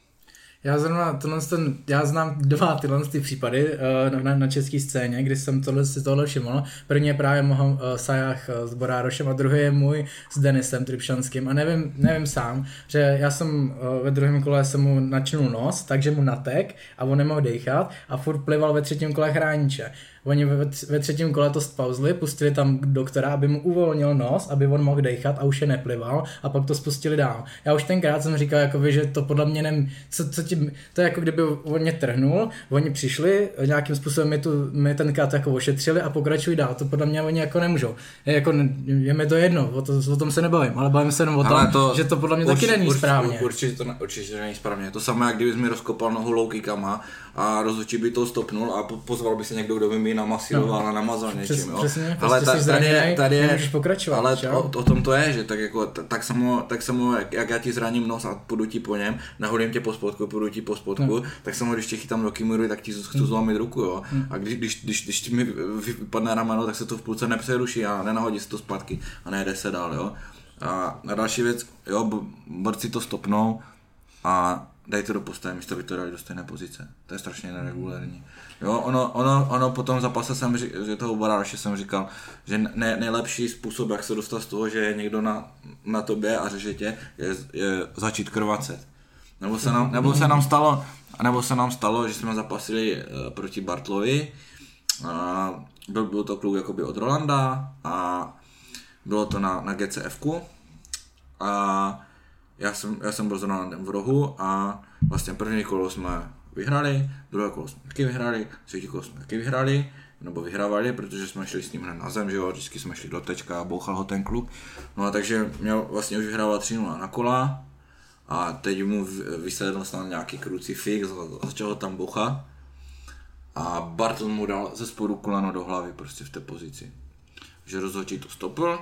Já zrovna tohle, ten, já znám dva tyhle ty případy uh, na, na české scéně, kdy jsem tohle, si tohle všiml. První je právě Mohamed uh, Sajach uh, s Borárošem a druhý je můj s Denisem Tripšanským. A nevím, nevím sám, že já jsem uh, ve druhém kole jsem mu načnul nos, takže mu natek a on nemohl dejchat a furt plival ve třetím kole chrániče. Oni ve, ve třetím kole to spauzli, pustili tam doktora, aby mu uvolnil nos, aby on mohl dejchat a už je neplival a pak to spustili dál. Já už tenkrát jsem říkal, jakoby, že to podle mě nem, co, co ti, to je jako kdyby on mě trhnul, oni přišli, nějakým způsobem mi, tu, mi ten kat jako ošetřili a pokračují dál, to podle mě oni jako nemůžou. Je, jako, je mi to jedno, o, to, o tom se nebavím, ale bavím se jenom o tom, to, že to podle mě urči, taky není urči, správně. Určitě to, ne, určitě to není správně, to samé, jak kdybys mi rozkopal nohu low kickama a rozhodčí by to stopnul a pozval by se někdo, kdo by mi namasiloval no. a namazal něčím, Přes, jo. Přesně, ale prostě ta, tady je, tady je, nemůžeš pokračovat. Ale o, o, tom to je, že tak jako, tak samo, tak samo jak, jak já ti zraním nos a půjdu ti po něm, nahodím tě po spodku, půjdu ti po spodku, no. tak samo když tě chytám do Kimury, tak ti chci no. zlomit ruku, jo. No. A když, když, když, když ti mi vypadne rameno, tak se to v půlce nepřeruší a nenahodí se to zpátky a nejde se dál, jo. A, a další věc, jo, borci to stopnou a dejte do postoje, místo by to dali do stejné pozice. To je strašně neregulární. Jo, ono, ono, ono po tom zápase jsem říkal, že toho Borároše jsem říkal, že ne, nejlepší způsob, jak se dostat z toho, že je někdo na, na tobě a řeže tě, je, je začít krvacet. Nebo se nám, nebo se nám stalo, nebo se nám stalo, že jsme zapasili uh, proti Bartlovi. Uh, byl, byl to kluk jakoby od Rolanda a bylo to na, na G C F ku. A Já jsem, já jsem byl s Rolandem v rohu a vlastně první kolo jsme vyhrali, druhé kolo jsme taky vyhrali, třetí kolo jsme taky vyhrali, nebo vyhrávali, protože jsme šli s ním hned na zem, že jo, vždycky jsme šli do tečka a bouchal ho ten klub. No a takže měl vlastně už vyhrával tři nula na kola a teď mu vysedl snad nějaký krucifix, začal ho tam bouchat a Barton mu dal ze spodu koleno do hlavy prostě v té pozici. Že rozhodčí to stopl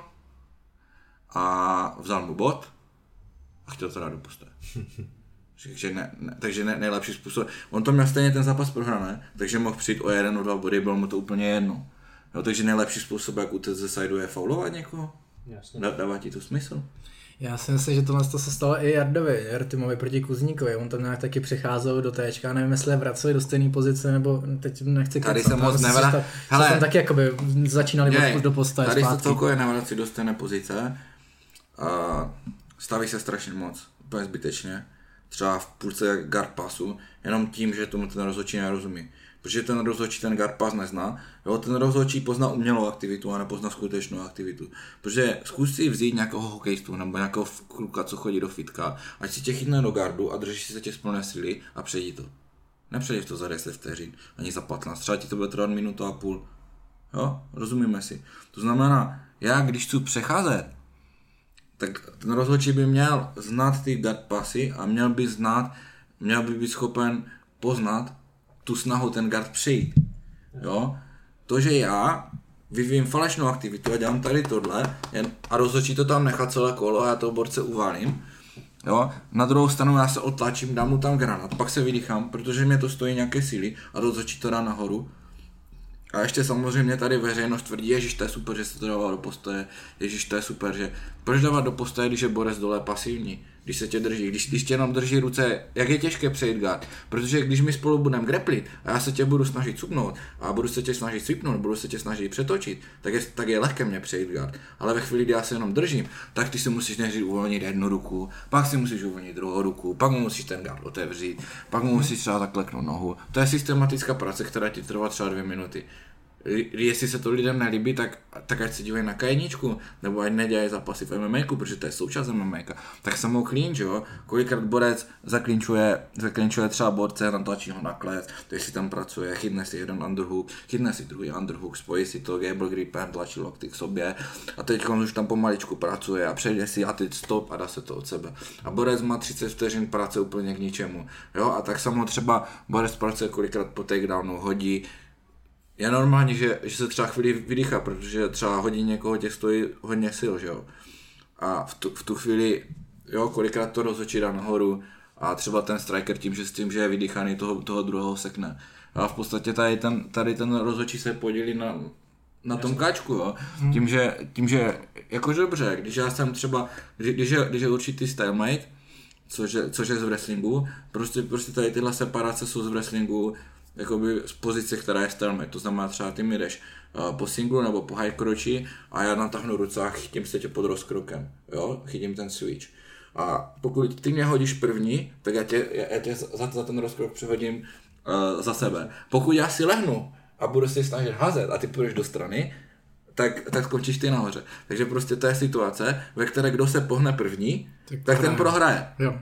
a vzal mu bod a chtěl to dát do postoje. takže ne, ne, takže ne, nejlepší způsob. On to měl stejně ten zápas prohraný, takže mohl přijít o jeden, o dva body, bylo mu to úplně jedno. Jo, takže nejlepší způsob, jak utéct ze sideu, je faulovat někoho. Jasně. Dává ti to smysl? Já si myslím, že tohle to se stalo i Jardovi, Jartimovi proti Kuzníkovi. On tam nějak taky přicházel do téčka, nevím, jestli je vraceli do stejné pozice, nebo teď nechci kecat. Tady se moc nevra... Hele, tam taky jakoby začínali je, do postoje tady zpátky. se celkově nevrací do stejné pozice. A staví se strašně moc, úplně zbytečně. Třeba v půlce guard passu, jenom tím, že tomu ten rozhodčí nerozumí. Protože ten rozhodčí ten guard pass nezná, jo, ten rozhodčí pozná umělou aktivitu a nepozná skutečnou aktivitu. Protože zkus si vzít nějakého hokejistu nebo nějakého kluka, co chodí do fitka, ať si tě chytne do gardu a drží si se tě z plné síly a přejdi to. Nepřejdeš to za deset vteřin, ani za patnáct, třeba ti to bude trvat minutu a půl. Jo, rozumíme si. To znamená, já když chci přecházet, tak ten rozhodčí by měl znát ty guard passy a měl by znát, měl by být schopen poznat tu snahu ten guard přejít. Jo? To, že já vyvím falešnou aktivitu a dělám tady tohle jen, a rozhodčí to tam nechat celé kolo a já toho borce uvalím. Jo? Na druhou stranu já se otlačím, dám mu tam granát, pak se vydýchám, protože mě to stojí nějaké síly a rozhodčí to dá nahoru. A ještě samozřejmě tady veřejnost tvrdí, ježiš, to je super, že se to dává do postoje, ježiš, to je super, že proč dávat do postoje, když je borec dole pasivní, když se tě drží, když, když tě jenom drží ruce, jak je těžké přejít guard, protože když my spolu budeme greplit a já se tě budu snažit cupnout a budu se tě snažit cupnout, budu se tě snažit přetočit, tak je, tak je lehké mě přejít guard, ale ve chvíli, kdy já se jenom držím, tak ty si musíš nejdřív uvolnit jednu ruku, pak si musíš uvolnit druhou ruku, pak mu musíš ten guard otevřít, pak mu musíš třeba zakleknout nohu. To je systematická práce, která ti trvá třeba dvě minuty. Jestli se to lidem nelíbí, tak, tak ať se dívají na K jedna, nebo ať nedělají zápasy v M M A, protože to je součást M M A. Tak samou clinch, jo, kolikrát borec zaklinčuje, zaklinčuje třeba borce, natlačí ho na klec, takže si tam pracuje, chytne si jeden underhook, chytne si druhý underhook, spojí si to gable gripem, tlačí lokty k sobě a teď on už tam pomaličku pracuje a přejde si a teď stop a dá se to od sebe. A borec má třicet vteřin práce úplně k ničemu, jo, a tak samo třeba borec pracuje kolikrát po takedownu, hodí. Je normální, že, že se třeba chvíli vydýchá, protože třeba hodí někoho tě stojí hodně sil, že jo. A v tu, v tu chvíli, jo, kolikrát to rozhodčí dá nahoru a třeba ten striker tím, že s tím, že je vydýchaný, toho, toho druhého sekne. A v podstatě tady ten, tady ten rozhodčí se podělí na, na tom káčku, jo. Hmm. Tím, že, tím, že jakož dobře, když já jsem třeba, když je, když je určitý stalemate, což je, což je z wrestlingu, prostě, prostě tady tyhle separace jsou z wrestlingu, jakoby z pozice, která je stalemate, to znamená třeba ty mi jdeš uh, po singlu nebo po high crotchi a já natáhnu ruce a chytím se tě pod rozkrokem, jo, chytím ten switch. A pokud ty mě hodíš první, tak já tě, já tě za, za ten rozkrok přehodím uh, za sebe. Pokud já si lehnu a budu si snažit házet a ty půjdeš do strany, tak, tak skončíš ty nahoře. Takže prostě to je situace, ve které kdo se pohne první, tak, tak ten prohraje. Jo.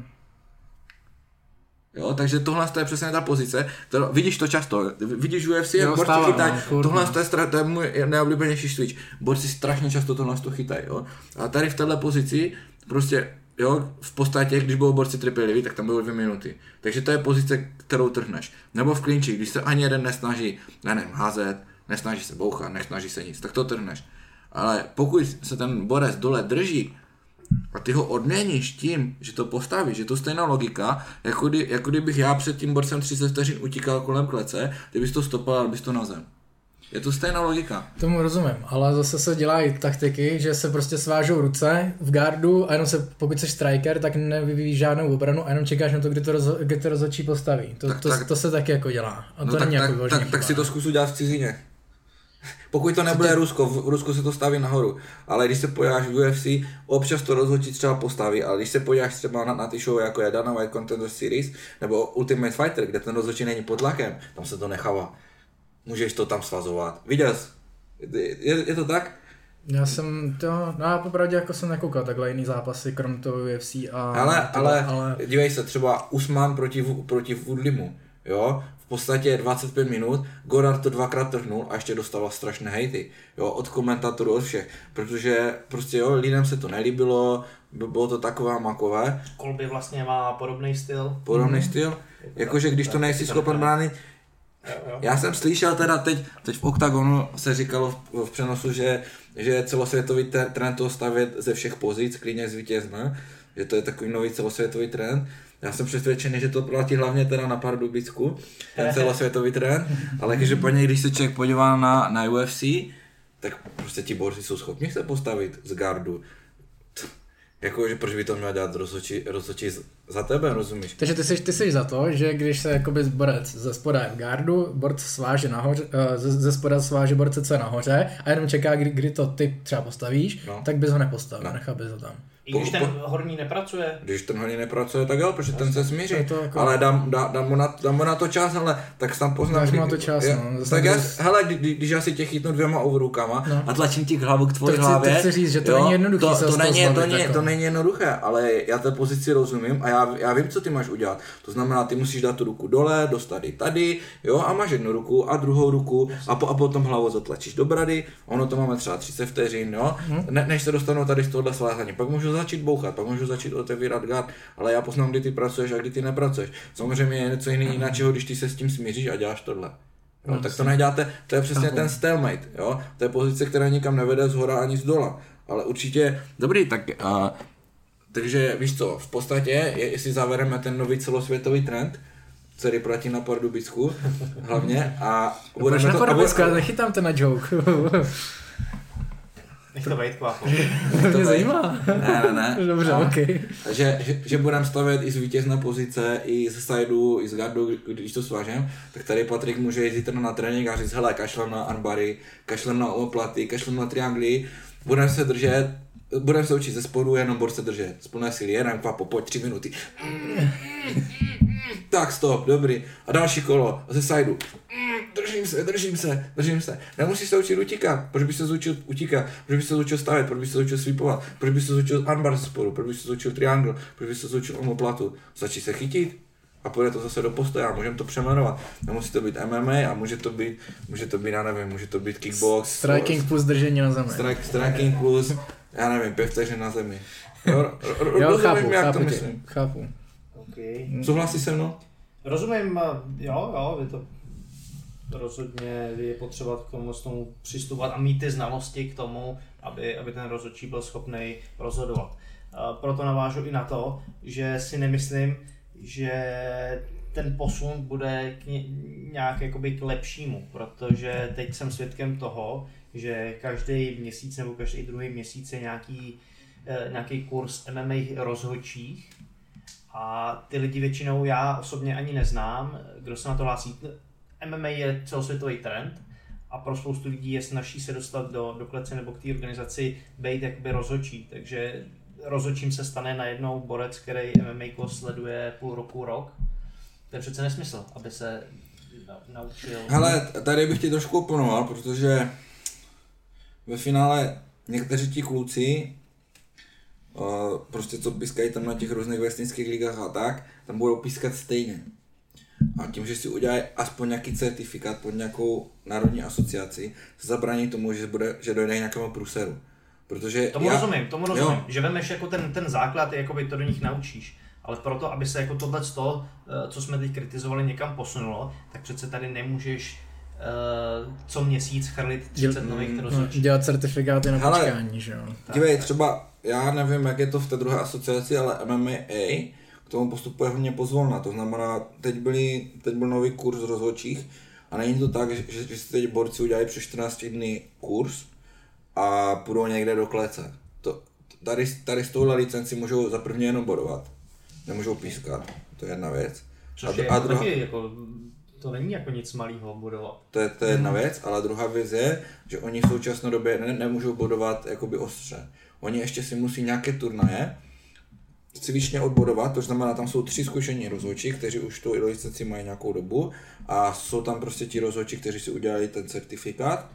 Jo, takže tohle je přesně ta pozice, kterou, vidíš to často, vidíš U F C, jak borci chytají, tohle je, to je můj nejoblíbenější switch, borci strašně často tohle chytají, jo, a tady v této pozici, prostě, jo, v podstatě, když budou borci trpěliví, tak tam bylo dvě minuty, takže to je pozice, kterou trhneš, nebo v klinči, když se ani jeden nesnaží, ne, nevím, házet, nesnaží se bouchat, nesnaží se nic, tak to trhneš, ale pokud se ten borec dole drží, a ty ho odměníš tím, že to postavíš, že to stejná logika, jako, kdy, jako kdybych já před tím borcem třicet vteřin utíkal kolem klece, ty bys to stopal a bys to na zem. Je to stejná logika. Tomu rozumím, ale zase se dělají taktiky, že se prostě svážou ruce v gardu a jenom se, pokud jsi striker, tak nevyvíjíš žádnou obranu a jenom čekáš na to, kdy to, roz, kdy to rozhodčí postaví. To, tak, to, tak, to se taky jako dělá. A no to tak, není tak, jako tak, tak si to zkus udělat v cizině. Pokud to nebude Rusko, v Rusku se to staví nahoru, ale když se podíváš v U F C, občas to rozhodčí třeba postaví, ale když se podíváš třeba na, na ty show jako je Dana White Contender Series nebo Ultimate Fighter, kde ten rozhodčí není pod tlakem, tam se to nechává. Můžeš to tam svazovat. Viděl jsi? Je, je to tak? Já jsem to, no já popravdě jako jsem nekoukal takhle jiný zápasy, krom toho U F C a... Ale, ale, ale... dívej se, třeba Usman proti, proti Woodlimu, jo? V podstatě dvacet pět minut, Goddard to dvakrát trhnul a ještě dostával strašné hejty, jo, od komentátorů, od všech, protože prostě jo, lidem se to nelíbilo, bylo to takové makové. Colby vlastně má podobný styl. Podobný mm. styl, jakože když to nejsi schopen bránit. Já jsem slyšel teda teď, teď v Octagonu se říkalo v, v přenosu, že, že je celosvětový trend toho stavět ze všech pozic, klidně zvítězné, že to je takový nový celosvětový trend. Já jsem přesvědčený, že to platí hlavně teda na Pardubicku, ten celosvětový trend, ale každopádně, když se člověk podívá na, na U F C, tak prostě ti borci jsou schopni se postavit z gardu. Jakože proč by to měl dělat rozhodčí, rozhodčí za tebe, rozumíš? Takže ty jsi, ty jsi za to, že když se jakoby borec ze spoda je v gardu, borec sváže nahoře, ze, ze spoda sváže borce co je nahoře a jenom čeká, kdy, kdy to ty třeba postavíš, no. tak bys ho nepostavil, no. nechal bys ho tam. I když ten horní nepracuje? Když ten horní nepracuje, tak jo, protože ten se smíří. Jako... Ale dám, dám, dám, mu na, dám mu na to čas, ale tak tam poznám. Dáš mu na to čas, je, no. Tak já, hele, kdy, když já si tě chytnu dvěma overrukama no. a tlačím ti hlavu k tvojí to hlavě. To chci říct, že to jo, není jednoduché. To, to, není, to, není, to není jednoduché, ale já té pozici rozumím a já, já vím, co ty máš udělat. To znamená, ty musíš dát tu ruku dole, dostat ji tady, jo, a máš jednu ruku a druhou ruku a, po, a potom hlavu zatlačíš do brady. Ono to máme třeba třicet vteřin, jo, hmm. ne, než se dostanou tady z tohohle svázaní. Pak můžu začít bouchat, pak můžu začít otevírat gard, ale já poznám, kdy ty pracuješ a kdy ty nepracuješ. Samozřejmě je něco jiného, když ty se s tím smíříš a děláš tohle. Jo, tak to neděláte, to je přesně ten stalemate, jo? To je pozice, která nikam nevede z hora ani z dola. Ale určitě, dobrý, tak uh, takže víš co, v podstatě, je, jestli zavereme ten nový celosvětový trend, který platí na Pardubicku, hlavně, a budeme to... Na Pardubicku, já nechytám ten na joke. Nech to bejt, kvápo. To mě zajímá. Ne, ne, ne. Dobře, ok. Že, že, že budeme stavět i z vítězné pozice, i ze sideu, i z gardu, když to svážem, tak tady Patrik může jít zítra na trénink a říct, hele, kašlem na armbary, kašlem na omoplaty, kašlem na triangly, budeme se držet, budeme se učit ze spodu, jenom borce držet, z plné síly, jenom kvapo, pojď, tři minuty. Tak, stop, dobrý. A další kolo, ze sideu. Držím se, držím se, držím se. Nemusíš se učit utíkat, proč bys se učil utíkat, proč bys se učil stavět, proč bys se učil sweepovat, proč bys se učil armbar ze spodu, proč bys se učil triangle, proč bys se učil omoplatu. Začni se chytit a půjde to zase do postoje a můžeme to přeměnovat. Nemusí to být M M A a může to být, může to být, já nevím, může to být kickbox. Striking plus držení na zemi. Strike, striking plus, já nevím, pět vteřin na zemi. Jo, jo chápu, jak chápu to myslím. Chápu. Okay. Souhlasí se mnou? Rozumím, jo, jo, je to rozhodně je potřeba k tomu, k tomu přistupovat a mít ty znalosti k tomu, aby, aby ten rozhodčí byl schopný rozhodovat. Proto navážu i na to, že si nemyslím, že ten posun bude k nějak jakoby k lepšímu, protože teď jsem svědkem toho, že každý měsíc nebo každý druhý měsíc je nějaký, nějaký kurz M M A rozhodčích a ty lidi většinou já osobně ani neznám, kdo se na to hlásí. M M A je celosvětový trend a pro spoustu lidí je snažší se dostat do, do klece nebo k té organizaci být jakoby rozhodčí, takže rozhodčím se stane najednou borec, který M M A sleduje půl roku, rok. To je přece nesmysl, aby se naučil. Hele, tady bych ti trošku oponoval, protože ve finále někteří ti kluci, uh, prostě co pískají tam na těch různých vesnických ligách a tak, tam budou pískat stejně. A tím, že si udělají aspoň nějaký certifikát pod nějakou národní asociaci, se zabrání tomu, že, bude, že dojde k nějakému průseru. Protože tomu já, rozumím, tomu rozumím, jo. Že vemeš jako ten, ten základ, jakoby to do nich naučíš. Ale proto, aby se jako tohleto, co jsme teď kritizovali, někam posunulo, tak přece tady nemůžeš uh, co měsíc chrlit třicet Děl, nových rozhodčích. Dělat certifikáty na počkání, že jo. Dívej, třeba, já nevím, jak je to v té druhé asociaci, ale M M A k tomu postupuje hodně pozvolna. To znamená, teď, byli, teď byl nový kurz rozhodčích a není to tak, že, že si teď borci udělají přes čtrnáct dní kurz a půjdou někde do klece. To, tady, tady s touhle licenci můžou za první jenom bodovat. Nemůžou pískat, to je jedna věc. Což a, je a druhá... taky jako, to není jako nic malého bodovat. To je, to je jedna věc, ale druhá věc je, že oni v současné době ne, nemůžou bodovat jakoby ostře. Oni ještě si musí nějaké turnaje cvičně odbodovat, to znamená, tam jsou tři zkušení rozhodčí, kteří už tu licenci mají nějakou dobu a jsou tam prostě ti rozhodčí, kteří si udělali ten certifikát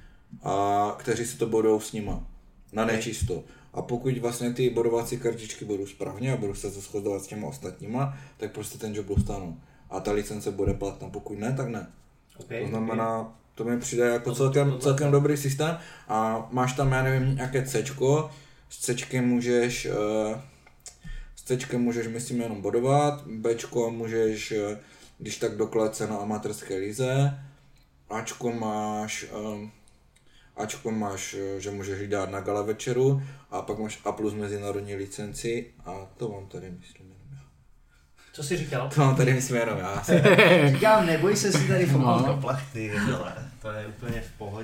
a kteří si to bodou s nima na nečisto. A pokud vlastně ty bodovací kartičky budou správně a budou se shodovat s těma ostatníma, tak prostě ten job dostanou. A ta licence bude platná, pokud ne, tak ne. Okay, to znamená, okay. To mi přijde jako to, celkem, to, to, celkem dobrý systém a máš tam, já nevím, nějaké Cčko, s Cčkem můžeš, uh, s Cčkem můžeš myslím jenom bodovat, Bčko můžeš, uh, když tak do klece na amatérské lize, Ačko máš, um, Ačko máš, že můžeš jít dát na gala večeru a pak máš A plus mezinárodní licenci a to mám tady myslím jenom já. Co jsi říkal? To mám tady myslím jenom já. Říkám, neboj se si tady foknout do plachty, to je úplně v pohodě.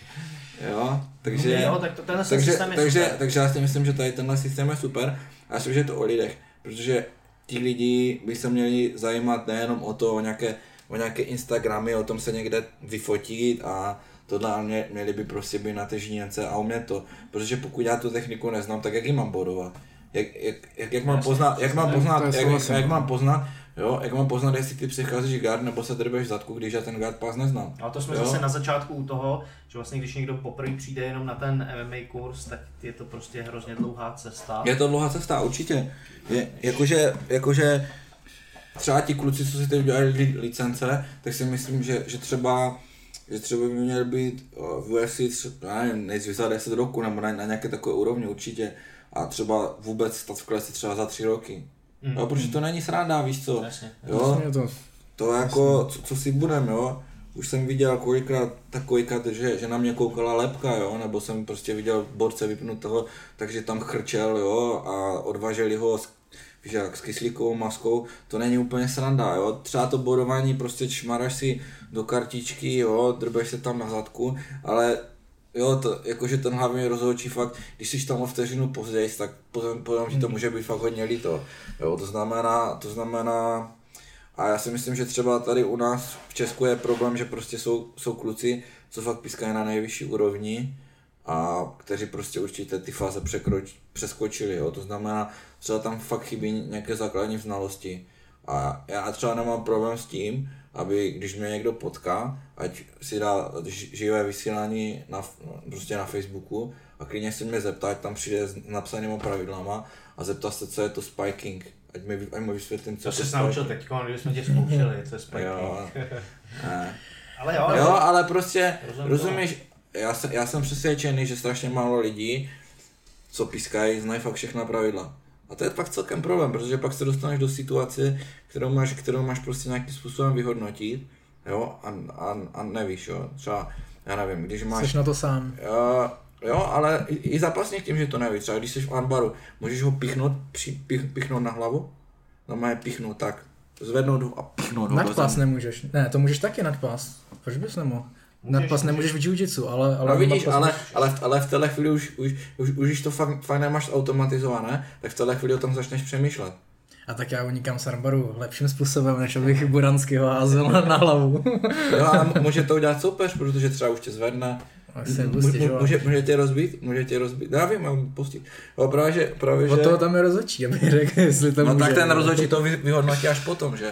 Jo, takže, jo, tak to, tenhle takže, systém je takže, super. takže já si myslím, že tady tenhle systém je super a myslím, že je to o lidech, protože ti lidi by se měli zajímat nejenom o to, o nějaké, o nějaké Instagramy, o tom se někde vyfotit a tohle, ale mě, měli by prostě být na té žíněnce a umět to, protože pokud já tu techniku neznám, tak jak ji mám bodovat? Jak, jak, jak, jak mám poznat, jak mám poznat, jak, jak, jak mám poznat, jo, jak mám poznat, jestli ty přecházíš guard nebo se drbeš v zadku, když já ten guard pás neznám. Ale to jsme jo? zase na začátku u toho, že vlastně když někdo poprvé přijde jenom na ten M M A kurz, tak je to prostě hrozně dlouhá cesta. Je to dlouhá cesta, určitě. Je, jakože, jakože třeba ti kluci, co si teď udělali li, licence, tak si myslím, že, že třeba že třeba by měl být v U F C třeba, nevím, nejdřív za deset roku nebo na, na nějaké takové úrovni určitě a třeba vůbec stát v klesi třeba za tři roky. Mm. Jo, protože to není sranda, víš co? Jasně. Jo, to, to jako, co, co si budem, jo? Už jsem viděl kolikrát takovýkrát, že, že na mě koukala lepka, jo? Nebo jsem prostě viděl borce vypnutého, takže tam chrčel, jo? A odvaželi ho s, víš, jak, s kyslíkovou maskou, to není úplně sranda, jo? Třeba to bodování, prostě čmaraš si do kartičky, jo? Drbeš se tam na zadku, ale jo, to, jakože ten hlavní rozhodčí fakt, když jsi tam o vteřinu později, tak potom, potom ti to může být fakt hodně líto. Jo, to znamená, to znamená, a já si myslím, že třeba tady u nás v Česku je problém, že prostě jsou, jsou kluci, co fakt pískají na nejvyšší úrovni a kteří prostě určitě ty fáze překroč, přeskočili, jo, to znamená, třeba tam fakt chybí nějaké základní znalosti. A já třeba nemám problém s tím, aby když mě někdo potká, ať si dá živé vysílání na, prostě na Facebooku a klidně se mě zeptá, ať tam přijde s napsanýma pravidlama a zeptá se, co je to spiking. Ať mi, ať mi vysvětlím, co to je to jsi naučil teď, když jsme tě zkoušeli, co je spiking. Jo, ne. Ale jo, jo, ale prostě, rozumím, rozumíš, já jsem, já jsem přesvědčený, že strašně málo lidí, co pískají, znají fakt všechna pravidla. A to je pak celkem problém, protože pak se dostaneš do situace, kterou máš, kterou máš prostě nějakým způsobem vyhodnotit, jo, a, a, a nevíš, jo, třeba, já nevím, když máš... Jsi na to sám. Jo, jo, ale i, i zápasník tím, že to neví, třeba když jsi v armbaru, můžeš ho pichnout, při, pich, pichnout na hlavu, no má je pichnout tak, zvednout ho a pichnout ho do Nadpás země. nemůžeš, ne, to můžeš taky nadpás, proč bys nemohl? Můžeš, Nadpás nemůžeš v jiu-jitsu, ale... ale No vidíš, nadpás ale, můžeš. ale, ale v téhle chvíli už, už, už, už když to fakt, fakt nemáš automatizované, tak v téhle chvíli o tom začneš přemýšlet. A tak já unikám z armbaru lepším způsobem, než abych Buranskýho házel na hlavu. Jo, ale může to udělat soupeř, protože třeba už tě zvedne. Může, může, může tě rozbít, může tě rozbít, já vím, mám pustit. No právě, že, právě, že... O toho tam je rozhodčí, aby řekl, jestli to no může. tak ten rozhodčí to vy, vyhodnotí až potom, že?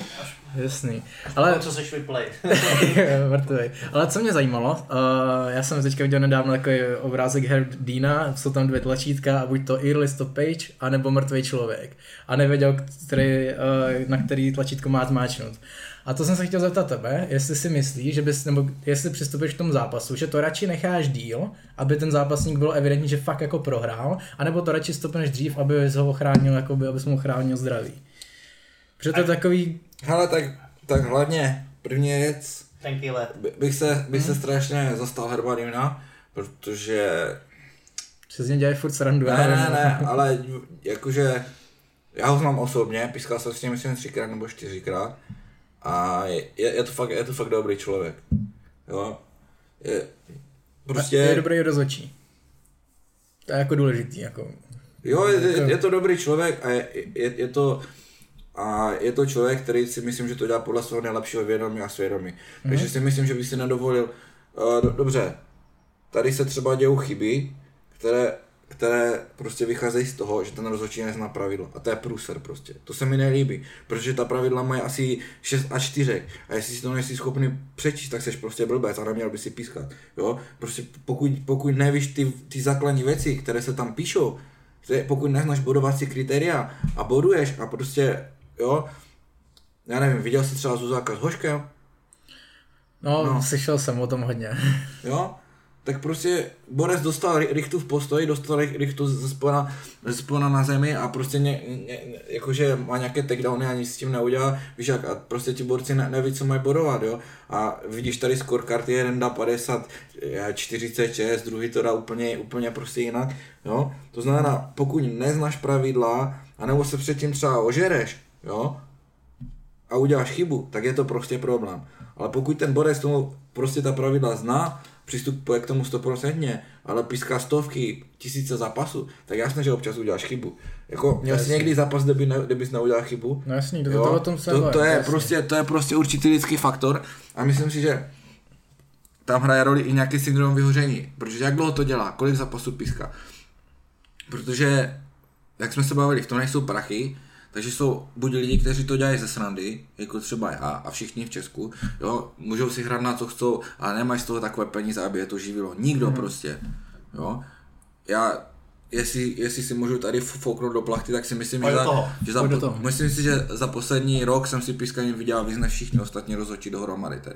Jasný. Ale... co seš vyplay. Mrtvej. Ale co mě zajímalo, uh, já jsem teďka viděl nedávno takový obrázek Herb Deana, jsou tam dvě tlačítka a buď to early stoppage, anebo mrtvej člověk. A nevěděl, který, uh, na který tlačítko má zmáčknout. A to jsem se chtěl zeptat tebe, jestli si myslíš, že bys, nebo jestli přistupuješ k tomu zápasu, že to radši necháš díl, aby ten zápasník bylo evidentní, že fakt jako prohrál, anebo to radši stopneš dřív, aby ho ochránil, jakoby, abys mu ochránil zdraví. Protože to je takový... Hele, tak, tak hlavně první věc, Tenký let. by- bych se, bych se strašně zastal Herba Deana, protože... Se z něj dělají furt srandu. Ne, já nevím. ne, ne, ale jakože já ho znám osobně, pískal jsem s ním myslím třikrát nebo čtyřikrát a je, je, to fakt, je to fakt dobrý člověk, jo, je, prostě... Je dobrý rozhodčí. To je jako důležitý, jako... Jo, je, je, je to dobrý člověk a je, je, je to... A je to člověk, který si myslím, že to dělá podle svého nejlepšího vědomí a svědomí. Mm-hmm. Takže si myslím, že by si nedovolil, uh, do, dobře, tady se třeba dějou chyby, které, které prostě vycházejí z toho, že ten rozhodčí nezná pravidla. A to je průser prostě. To se mi nelíbí, protože ta pravidla mají asi šest a čtyři. A jestli si to nejsi schopný přečíst, tak seš prostě blbec a neměl by si pískat. Jo? Prostě pokud, pokud nevíš ty, ty základní věci, které se tam píšou, které, pokud neznáš bodovací kritéria a boduješ a prostě, jo, já nevím, viděl jsi třeba Zuzáka s Hoškem? No, No. slyšel jsem o tom hodně. Jo? Tak prostě Borec dostal rychtu v postoji, dostal rychtu ze spona, ze spona na zemi a prostě ně, ně, jakože má nějaké takedowny a nic s tím neudělá, víš jak, a prostě ti borci ne, neví, co mají bodovat, jo? A vidíš tady scorecard, jeden dá padesát, čtyřicet šest, druhý to dá úplně, úplně prostě jinak, jo? To znamená, pokud neznáš pravidla, anebo se předtím třeba ožereš, jo? A uděláš chybu, tak je to prostě problém. Ale pokud ten borec tomu prostě ta pravidla zná přistupuje k tomu stoprocentně, ale píská stovky, tisíce zápasů, tak jasně, že občas uděláš chybu. Jako, měl jsi někdy zápas, kde, by ne, kde bys neudělal chybu? No jasný, to, to o tom se to, to, je prostě, to je prostě určitý lidský faktor a myslím si, že tam hraje roli i nějaký syndrom vyhoření, protože jak dlouho to dělá, kolik zápasů píská. Protože, jak jsme se bavili, v tom nejsou prachy, takže jsou buď lidi, kteří to dělají ze srandy, jako třeba já a všichni v Česku, jo, můžou si hrát na co chcou, ale nemají z toho takové peníze, aby je to živilo. Nikdo hmm. prostě, jo. Já, jestli, jestli si můžu tady fouknout do plachty, tak si myslím, že za, že za, myslím si, že za poslední rok jsem si pískaním vydělal víc než všichni ostatní rozhodčí dohromady tady.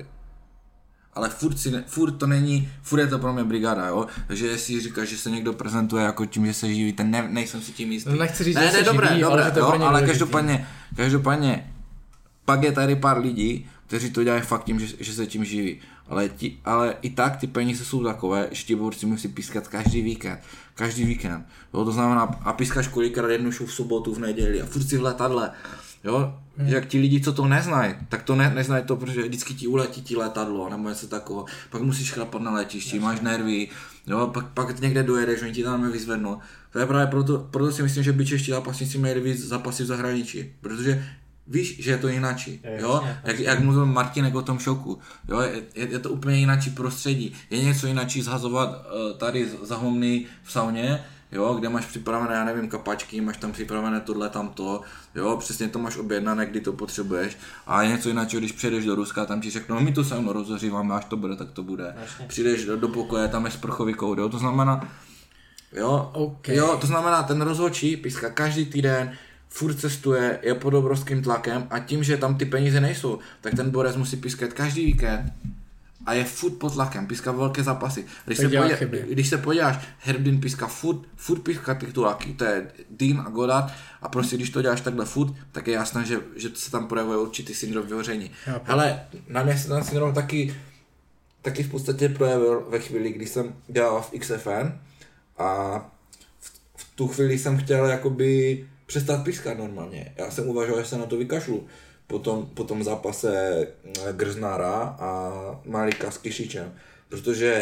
Ale furt, si ne, furt to není, furt je to pro mě brigáda, jo, takže jestli říkáš, že se někdo prezentuje jako tím, že se živí, ten ne, nejsem si tím jistý. Nechci říct, ne, že se ne, dobré, živí, dobré, ale, že jo, to ale každopádně, každopádně, pak je tady pár lidí, kteří to dělají fakt tím, že, že se tím živí, ale, ti, ale i tak ty peníze jsou takové, že ti borci musí pískat každý víkend, každý víkend, jo, to znamená, a pískáš kolikrát jednu show v sobotu, v neděli a furt si v letadle, jo, Hmm. Jak ti lidi, co to neznají, tak to ne, neznají to, protože vždycky ti uletí ti letadlo nebo něco takového, pak musíš chlapat na letišti, Jasně. máš nervy, jo, pak, pak někde dojedeš, oni ti tam nevyzvednou. To je právě proto, proto si myslím, že by čeští zápasníci měli víc zápasy v zahraničí, protože víš, že je to jináčí, jo, jak, jak mluvil Martinek o tom šoku, jo, je, je to úplně jináčí prostředí, je něco jináčí zhazovat uh, tady za homny v sauně, jo, kde máš připravené, já nevím, kapačky, máš tam připravené tohle, tamto, jo, přesně to máš objednané, kdy to potřebuješ a je něco jiného, když přijdeš do Ruska, tam ti řeknou, no, my to sauno rozhoříváme, až to bude, tak to bude. Vlastně. Přijdeš do, do pokoje, tam je sprchový koud, jo, to znamená, jo, okay. jo, to znamená, ten rozhodčí píská každý týden, furt cestuje, je pod obrovským tlakem a tím, že tam ty peníze nejsou, tak ten borec musí pískat každý víkend. A je furt pod tlakem, píská velké zápasy. Když, se, podívá, když se podíváš, Herdin píská furt, furt píská tituláky, to je Dean a Goddard a prostě když to děláš takhle furt, tak je jasné, že, že se tam projevuje určitý syndrom vyhoření. Hele, na mě se ten syndrom taky, taky v podstatě projevil ve chvíli, kdy jsem dělal v X F N a v, v tu chvíli jsem chtěl jakoby přestat pískat normálně. Já jsem uvažoval, že se na to vykašlu. Po tom, po tom zápase Grznára a Malika s Kyšičem, protože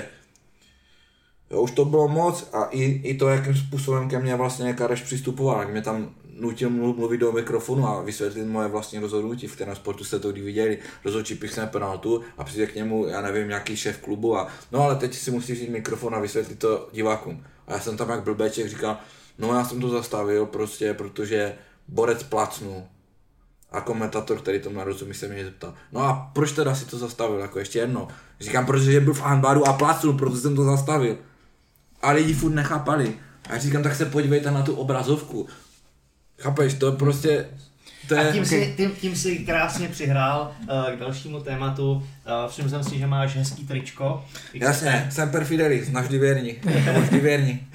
jo, už to bylo moc a i, i to, jakým způsobem ke mně vlastně Kareš přistupoval, jak mě tam nutil mluvit do mikrofonu a vysvětlit moje vlastní rozhodnutí, v kterém sportu jste to kdy viděli, rozhodčí písne penaltu a přijde k němu, já nevím, nějaký šéf klubu a no ale teď si musíš vzít mikrofon a vysvětlit to divákům. A já jsem tam jak blbeček říkal, no já jsem to zastavil prostě, protože borec placnul. A komentátor, který tomu nerozumí, se mě zeptal, no a proč teda si to zastavil, jako ještě jedno? Říkám, protože byl v handbaru a plácnul, proto jsem to zastavil. A lidi furt nechápali. A já říkám, tak se podívejte na tu obrazovku. Chápeš, to prostě... To je... A tím si, tím, tím si krásně přihrál uh, k dalšímu tématu. Uh, všiml jsem si, že máš hezký tričko. Jasně, jsem perfidelis, navždy věrní. Navždy věrní.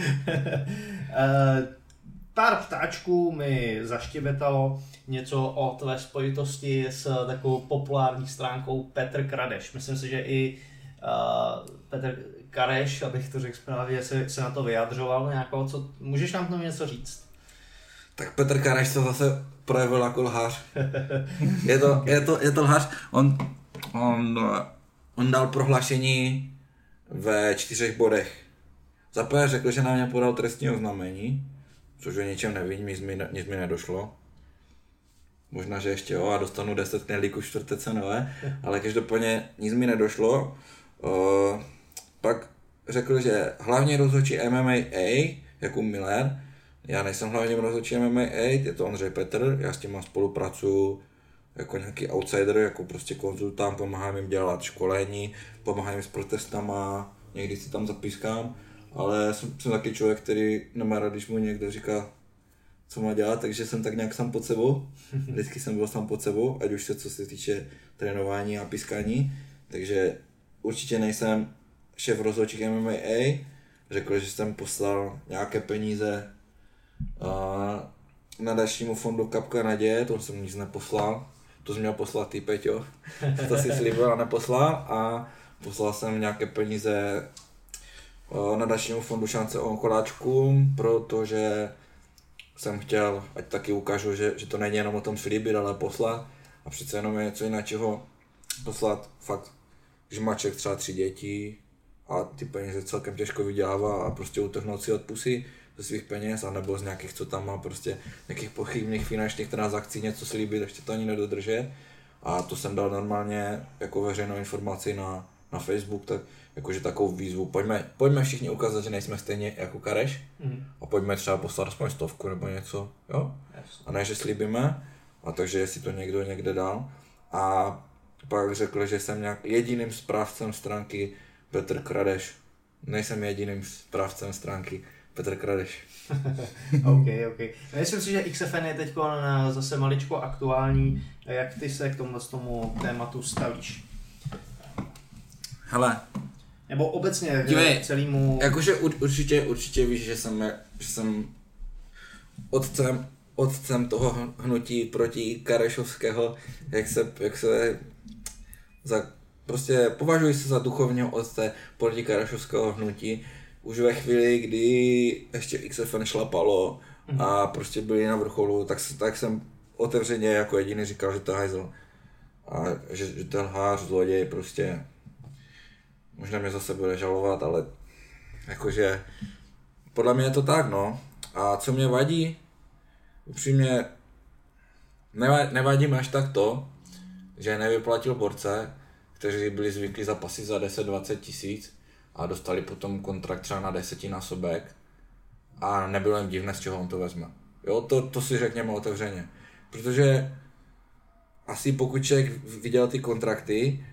uh, Pár ptáčků mi zaštěbetalo něco o tvé spojitosti s takovou populární stránkou Petr Kradeš. Myslím si, že i uh, Petr Kareš, abych to řekl správně, se, se na to vyjadřoval nějakou, co, můžeš nám tomu něco říct? Tak Petr Kareš se zase projevil jako lhář. Je to, je to, je to lhář. On, on, on dal prohlášení ve čtyřech bodech. Za prvé řekl, že na mě podal trestní oznámení, což o ničem nevím, nic mi, nic mi nedošlo. Možná, že ještě jo, a dostanu deset knedlíků čtvrté cenové, ale každopádně nic mi nedošlo. Uh, pak řekl, že hlavní rozhodčí M M A, Jakub Miller, já nejsem hlavním rozhodčí M M A, je to Ondřej Petr, já s tím mám spolupracuju jako nějaký outsider, jako prostě konzultant, pomáhám jim dělat školení, pomáhám jim s protestama, někdy si tam zapískám. Ale jsem, jsem taky člověk, který nemá rád, když mu někdo říká, co má dělat, takže jsem tak nějak sám pod sebou. Vždycky jsem byl sám pod sebou, ať už se co se týče trénování a pískání. Takže určitě nejsem šéf rozhodčích M M A. Řekl, že jsem poslal nějaké peníze nadačnímu fondu Kapka naděje, to jsem nic neposlal. To jsem měl poslat ty, Peťo. To si slíbil a neposlal. A poslal jsem nějaké peníze nadačnímu fondu Šance onkoláčkům, protože jsem chtěl, ať taky ukážu, že, že to není jenom o tom slíbit, ale poslat. A přece jenom je něco jiného poslat fakt žmaček, třeba tři děti a ty peníze celkem těžko vydělává a prostě utrhnout si od pusy ze svých peněz, anebo z nějakých, co tam má prostě nějakých pochybných finančních transakcí, něco slíbit, ještě to ani nedodržet. A to jsem dal normálně jako veřejnou informaci na, na Facebook, tak jakože takovou výzvu, pojďme, pojďme všichni ukázat, že nejsme stejně jako Kareš mm. a pojďme třeba poslat aspoň stovku nebo něco, jo? Yes. A ne, že slíbíme, a takže jestli to někdo někde dal. A pak řekl, že jsem nějak jediným správcem stránky Petr Kradeš. Nejsem jediným správcem stránky Petr Kradeš. OK, OK. Myslím si, že X F N je teď zase maličko aktuální. Jak ty se k tomu, tomu tématu stavíš? Hele. Nebo obecně Dívej, k celému... Jakože určitě, určitě víš, že jsem, že jsem otcem, otcem toho hnutí proti Karešovského, jak se, jak se za, prostě považuji se za duchovního otce proti Karešovského hnutí. Už ve chvíli, kdy ještě X F N šlapalo a prostě byli na vrcholu, tak, tak jsem otevřeně jako jediný říkal, že to je hajzl. A že, že ten lhář, zloděj prostě, možná mě zase bude žalovat, ale jakože podle mě je to tak, no. A co mě vadí, upřímně nevadí mi až tak to, že nevyplatil borce, kteří byli zvyklí zapasit za deset dvacet tisíc a dostali potom kontrakt třeba na desetinásobek a nebylo jim divné, z čeho on to vezme. Jo, to, to si řekněme otevřeně. Protože asi pokud člověk viděl ty kontrakty,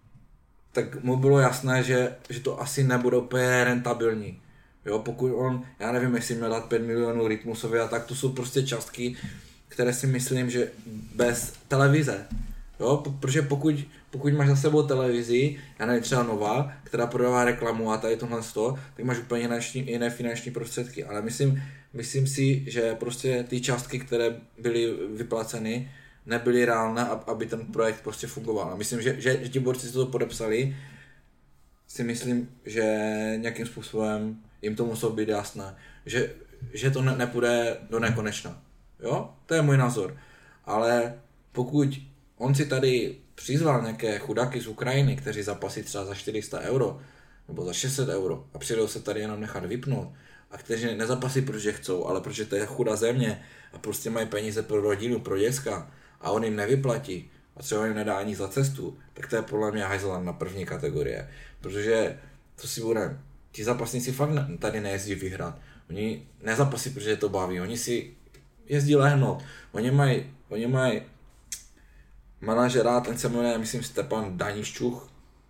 tak mu bylo jasné, že, že to asi nebude úplně rentabilní. Jo, pokud on, já nevím, jestli měl dát pět milionů Rytmusovi a tak, to jsou prostě částky, které si myslím, že bez televize. Jo, protože pokud, pokud máš za sebou televizi, já nevím, třeba Nova, která prodává reklamu a tady tohle sto, tak máš úplně jiné, jiné finanční prostředky. Ale myslím, myslím si, že prostě ty částky, které byly vyplaceny, nebyly reálné, aby ten projekt prostě fungoval. A myslím, že, že, že ti borci to podepsali, si myslím, že nějakým způsobem jim to muselo být jasné, že, že to ne, nepůjde do nekonečna. Jo? To je můj názor. Ale pokud on si tady přizval nějaké chudáky z Ukrajiny, kteří zapasí třeba za čtyři sta euro nebo za šest set euro a přijdou se tady jenom nechat vypnout a kteří nezapasí, protože chcou, ale protože to je chudá země a prostě mají peníze pro rodinu, pro děcka a on jim nevyplatí a třeba jim nedá ani za cestu, tak to je podle mě hajzlan na první kategorie. Protože, to si budeme, ti zápasníci fakt tady nejezdí vyhrát. Oni nezapasí, protože to baví, oni si jezdí lehnout. Oni mají, oni mají manažera, ten se jmenuje, myslím, Stepan Daniščuch,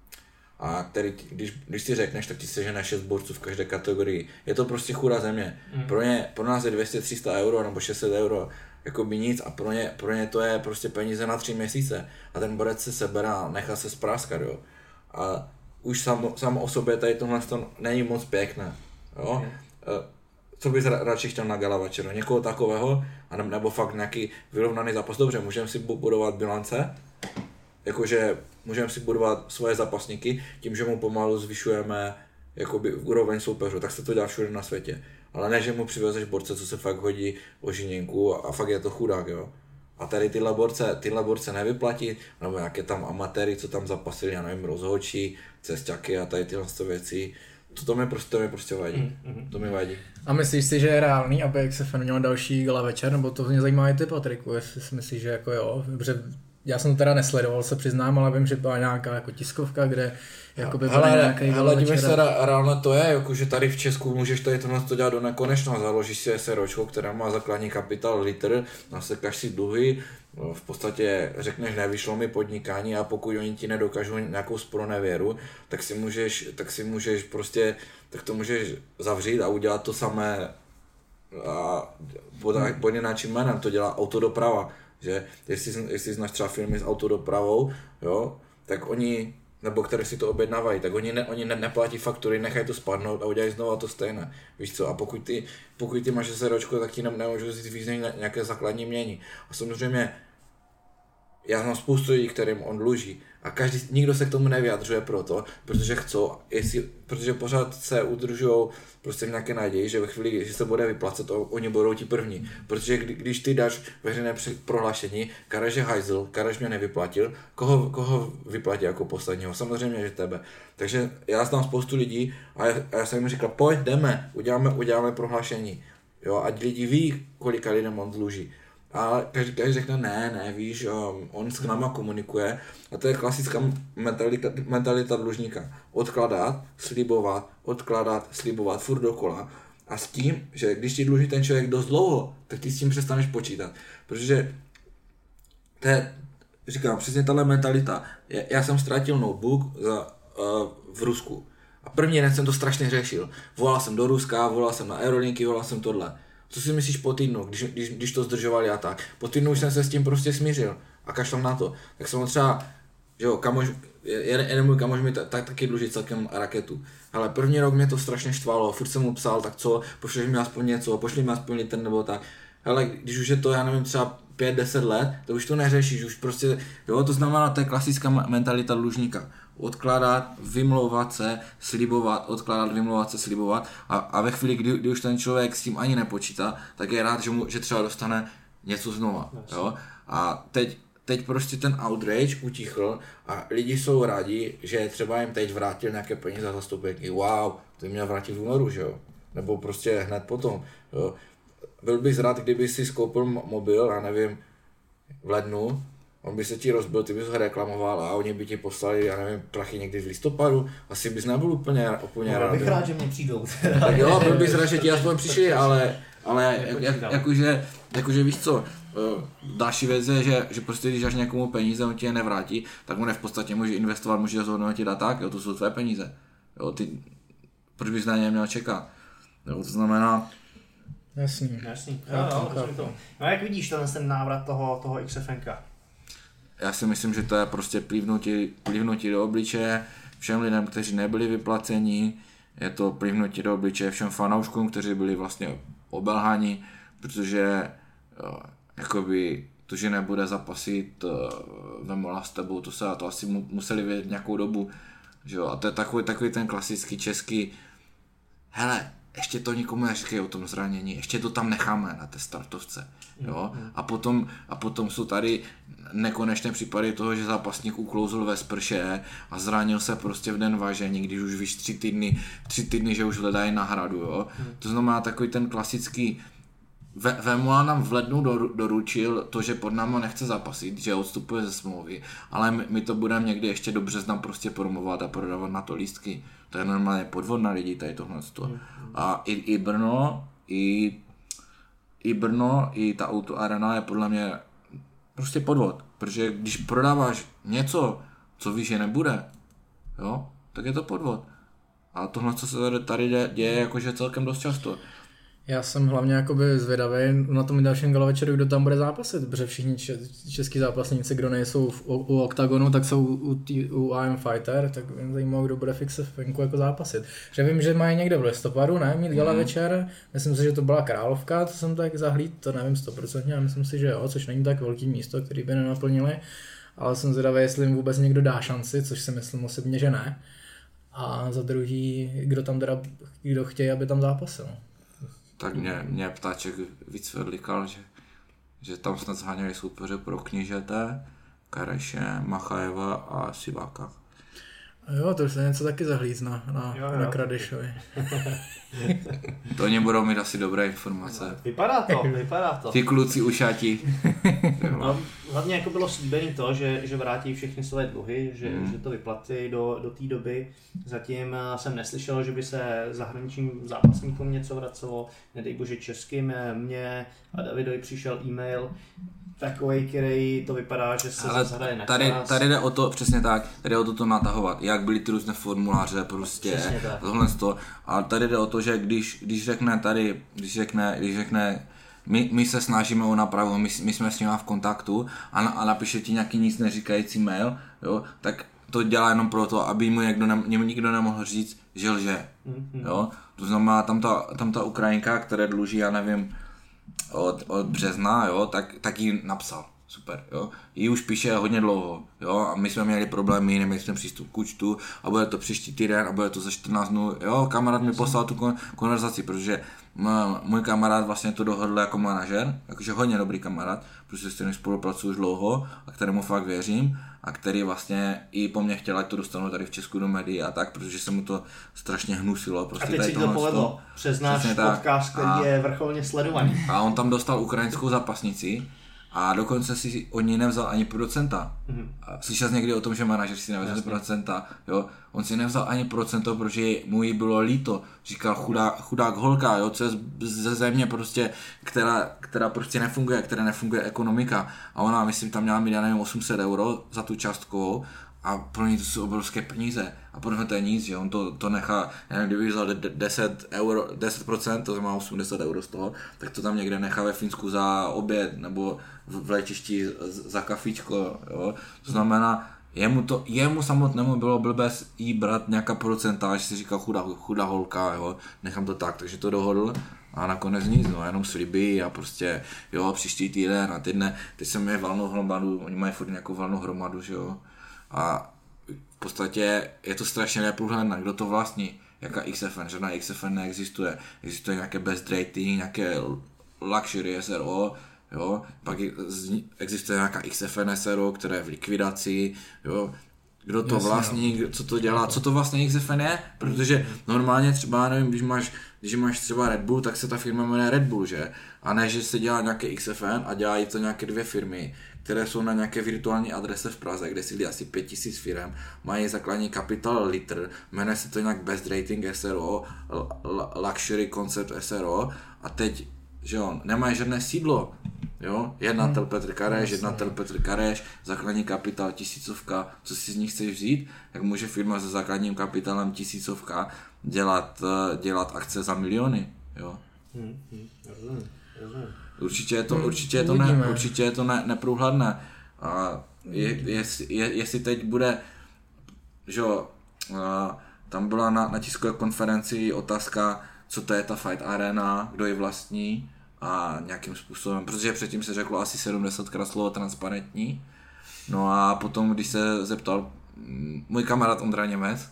a který, když, když si řekneš, tak ti sežene šest borců v každé kategorii. Je to prostě chudá země. Mm. Pro, ně, pro nás je dvě stě tři sta euro nebo šest set euro jako by nic a pro ně, pro ně to je prostě peníze na tři měsíce. A ten borec se sebere a nechá se spráskat, jo. A už samo, samo o sobě tady tohle to není moc pěkné, jo. Mm. Co bys radši chtěl na gala večeru? Někoho takového? A ne, nebo fakt nějaký vyrovnaný zápas? Dobře, můžeme si budovat bilance, jakože můžeme si budovat svoje zápasníky tím, že mu pomalu zvyšujeme jakoby úroveň soupeřů, tak se to dělá všude na světě. Ale ne, že mu přivezeš borce, co se fakt hodí o žíněnku a fakt je to chudák, jo. A tady tyhle borce, tyhle borce nevyplatí, nebo nějaké tam amatéry, co tam zapasili, já nevím, rozhodčí, cesťaky a tady tyhle věci. To, to mi prostě, to mi prostě vadí, mm-hmm. to mi vadí. A myslíš si, že je reálný, aby X F N měl další gala večer, nebo to mě zajímá i ty, Patriku, jestli si myslíš, že jako jo, protože já jsem to teda nesledoval, se přiznám, ale vím, že byla nějaká jako tiskovka, kde jakoby byl nějaký gala ale dívej se, reálně to je, jako, že tady v Česku můžeš tady tohle to dělat do nekonečna, založíš si SROčko, která má základní kapitál litr, nasekáš si dluhy, v podstatě řekneš, nevyšlo mi podnikání a pokud oni ti nedokážou nějakou spronevěru, tak si můžeš, tak si můžeš prostě, tak to můžeš zavřít a udělat to samé a pod, pod jináčím jménem, to dělá autodoprava, že jestli, jestli znáš třeba firmy s autodopravou, jo, tak oni, nebo které si to objednávají, tak oni, ne, oni ne, neplatí faktury, nechají to spadnout a udělají znovu to stejné, víš co, a pokud ty, pokud ty máš SROčko, tak ti ne, nemůžu říct víc nějaké základní mění. A samozřejmě já znám spoustu lidí, kterým on dluží A každý, nikdo se k tomu nevyjadřuje proto, protože chcou, jestli, protože pořád se udržujou prostě v nějaké naději, že ve chvíli, že se bude vyplacet, to oni budou ti první. Protože kdy, když ty dáš veřejné prohlášení, Kareš je hajzl, Kareš mě nevyplatil, koho, koho vyplatí jako posledního? Samozřejmě, že tebe. Takže já znám spoustu lidí a já, a já jsem jim říkal, pojď, jdeme, uděláme, uděláme prohlášení. Jo, ať lidi ví, kolika lidem on dluží. A každý, každý řekne, ne, ne, víš, on s náma komunikuje a to je klasická mentalita, mentalita dlužníka. Odkladat, slibovat, odkladat, slibovat, furt dokola. A s tím, že když ti dluží ten člověk dost dlouho, tak ty s tím přestaneš počítat. Protože to je, říkám, přesně tahle mentalita. Já jsem ztratil notebook za, uh, v Rusku. A první den jsem to strašně řešil. Volal jsem do Ruska, volal jsem na aerolinky, volal jsem tohle. Co si myslíš po týdnu, když, když, když to zdržovali a tak? Po týdnu už jsem se s tím prostě smířil a kašlal na to. Tak jsem třeba, že jo, kamož, jeden, jeden můj kamož mi tak, tak, taky dluží celkem raketu. Ale první rok mě to strašně štvalo, furt jsem mu psal, tak co, pošleš mi aspoň něco, pošli mi aspoň liter nebo tak. Hele, když už je to, já nevím, třeba pět deset let, to už to neřešíš, už prostě, jo, to znamená, to je klasická mentalita dlužníka. Odkládat, vymlouvat se, slibovat, odkládat, vymlouvat se, slibovat a, a ve chvíli, kdy, kdy už ten člověk s tím ani nepočítá, tak je rád, že, mu, že třeba dostane něco znova, jo. A teď, teď prostě ten outrage utichl a lidi jsou rádi, že třeba jim teď vrátil nějaké peníze za zastoupení, wow, to jim měl vrátit v únoru, že jo, nebo prostě hned potom, jo. Byl bych rád, kdyby si skoupil mobil, já nevím, v lednu, on by se ti rozbil, ty bys ho reklamoval a oni by ti poslali, já nevím, prachy někdy v listopadu, asi bys nebyl úplně, úplně no, rád. bych rád, že mě přijdou. Tak jo, byl bys rád, že ti aspoň přišli, ale, ale jak, jakože, jakože víš co, další věc je, že, že prostě když dáš někomu peníze, on ti je nevrátí, tak on je v podstatě může investovat, může rozhodnout a tak, jo, to jsou tvé peníze. Jo, ty, proč bys na ně měl čekat? Jo, to znamená, Jasný. Jasný. Jo, jo, jo, to. No jak vidíš ten, ten návrat toho, toho X F N ka? Já si myslím, že to je prostě plivnutí, plivnutí do obličeje všem lidem, kteří nebyli vyplaceni, je to plivnutí do obličeje všem fanouškům, kteří byli vlastně obelháni, protože jo, jakoby to, že nebude zapasit Vemola s tebou, to se to asi museli vědět nějakou dobu, že jo, a to je takový, takový ten klasický český, hele, ještě to nikomu neříkají o tom zranění, ještě to tam necháme na té startovce, jo, a potom, a potom jsou tady nekonečné případy toho, že zápasník uklouzl ve sprše a zranil se prostě v den vážení, když už víš tři týdny, tři týdny, že už hledají náhradu, jo, to znamená takový ten klasický, Vemola nám v lednu doručil to, že pod náma nechce zapasit, že odstupuje ze smlouvy, ale my, my to budeme někdy ještě do března prostě promovat a prodávat na to lístky. To je normálně podvod na lidi tady tohle. A i, i Brno, i, i Brno, i ta Auto Arena je podle mě prostě podvod, protože když prodáváš něco, co víš, že nebude, jo, tak je to podvod. A tohle, co se tady děje, jakože celkem dost často. Já jsem hlavně jakoby zvědavý na tom dalším gala večeru, kdo tam bude zápasit, protože všichni český zápasníci, kdo nejsou v, u, u Octagonu, tak jsou u, tý, u I Am Fighter, tak mě zajímalo, kdo bude fix v venku jako zápasit. Že vím, že mají někde v listopadu, ne, mít gala mm. večer, myslím si, že to byla Královka, to jsem tak zahlíd, to nevím sto procent, ale myslím si, že jo, což není tak velký místo, který by nenaplnili, ale jsem zvědavý, jestli jim vůbec někdo dá šanci, což si myslím osobně, že ne. A za druhý, kdo tam teda, kdo chtějí, aby tam zápasil. Tak mě, mě Ptáček víc vedlikal, že, že tam snad zháněli soupeře pro Knížete, Kareše, Machajeva a Siváka. Jo, to už se něco taky zahlíz na, na, jo, jo. na Kradešovi. To oni budou mít asi dobré informace. Vypadá to, vypadá to. Ty kluci ušatí. No, hlavně jako bylo slíbené to, že, že vrátí všechny své dluhy, že, mm. že to vyplatí do, do té doby. Zatím jsem neslyšel, že by se zahraničním zápasníkům něco vracelo. Nedej bože českým, mě a Davidovi přišel e-mail takovej, který to vypadá, že se zase hraje na tady, čas. tady jde o to, přesně tak, tady jde o to to natahovat, jak byly ty různé formuláře prostě, tohle to. A tady jde o to, že když, když řekne tady, když řekne, když řekne my, my se snažíme o napravu, my, my jsme s nimi v kontaktu a, na, a napíše ti nějaký nic neříkající mail, jo, tak to dělá jenom proto, aby mu někdo, ne, nikdo nemohl říct, že lže, mm-hmm. jo. To znamená, tam ta, tam ta Ukrajinka, která dluží, já nevím, od, od března, jo, tak, tak jí napsal super, jo. Jí už píše hodně dlouho, jo, a my jsme měli problémy, neměli jsme přístup k účtu a bude to příští týden a bude to za čtrnáct dnů, jo, kamarád mi poslal tu kon- konverzaci, protože m- můj kamarád vlastně to dohodl jako manažer, jakože hodně dobrý kamarád, protože s kterým spolupracuji už dlouho a kterému fakt věřím a který vlastně i po mně chtěl, ať to dostanu tady v Česku do médií a tak, protože se mu to strašně hnusilo. Prostě a teď si to povedlo přes náš podcast, který a, je vrcholně sledovaný. A on tam dostal ukrajinskou zápasnici a dokonce si od ní nevzal ani procenta. Mm-hmm. Slyšel jsi někdy o tom, že manažer si nevezme procenta, jo? On si nevzal ani procento, protože mu jí bylo líto. Říkal chudák, chudák holka, jo? Co je ze země prostě, která, která prostě nefunguje, která nefunguje ekonomika. A ona, myslím, tam měla mít, já nevím, osm set euro za tu částkovou. A pro ní to jsou obrovské peníze. A pro mě to je nic, že on to, to nechá, já nevím, kdyby vzal deset euro, deset procent, to znamená osmdesát euro z toho, tak to tam někde nechá ve Finsku za oběd, nebo v, v letišti za kafičko, jo. To znamená, jemu, to, jemu samotnému bylo blbé jí brát nějaká procenta, že si říkal chudá, chudá holka, jo, nechám to tak, takže to dohodl. A nakonec nic, no, jenom sliby a prostě, jo, příští týden a teď ne, teď jsem měl valnou hromadu, oni mají furt nějakou valnou hromadu, že jo. A v podstatě je to strašně neprůhledné, kdo to vlastní, jaká X F N, žádná X F N neexistuje, existuje nějaké best rating, nějaké luxury S R O, jo, pak existuje nějaká X F N S R O, která je v likvidaci, jo, kdo to vlastní, co to dělá, co to vlastně X F N je, protože normálně třeba, nevím, když máš, když máš třeba Red Bull, tak se ta firma jmenuje Red Bull, že? A ne, že se dělá nějaké X F N a dělají to nějaké dvě firmy, které jsou na nějaké virtuální adrese v Praze, kde sídlí asi pět tisíc firem, mají základní kapitál litr, jmenuje se to nějak Best Rating S R O, Luxury Concept S R O a teď, že jo, nemají žádné sídlo, jo, jednatel hmm. Petr Kareš, jednatel Petr Kareš, základní kapitál tisícovka, co si z nich chceš vzít, jak může firma se základním kapitálem tisícovka dělat, dělat akce za miliony, jo. Hmm. Hmm. Rozumím, rozumím. Určitě je to, určitě je to, ne, určitě je to ne, neprůhledné. A je, je, je, jestli teď bude, že jo, tam byla na, na tiskové konferenci otázka, co to je ta Fight Arena, kdo ji vlastní a nějakým způsobem, protože předtím se řeklo asi sedmdesátkrát slovo transparentní. No a potom, když se zeptal můj kamarád Ondra Němec,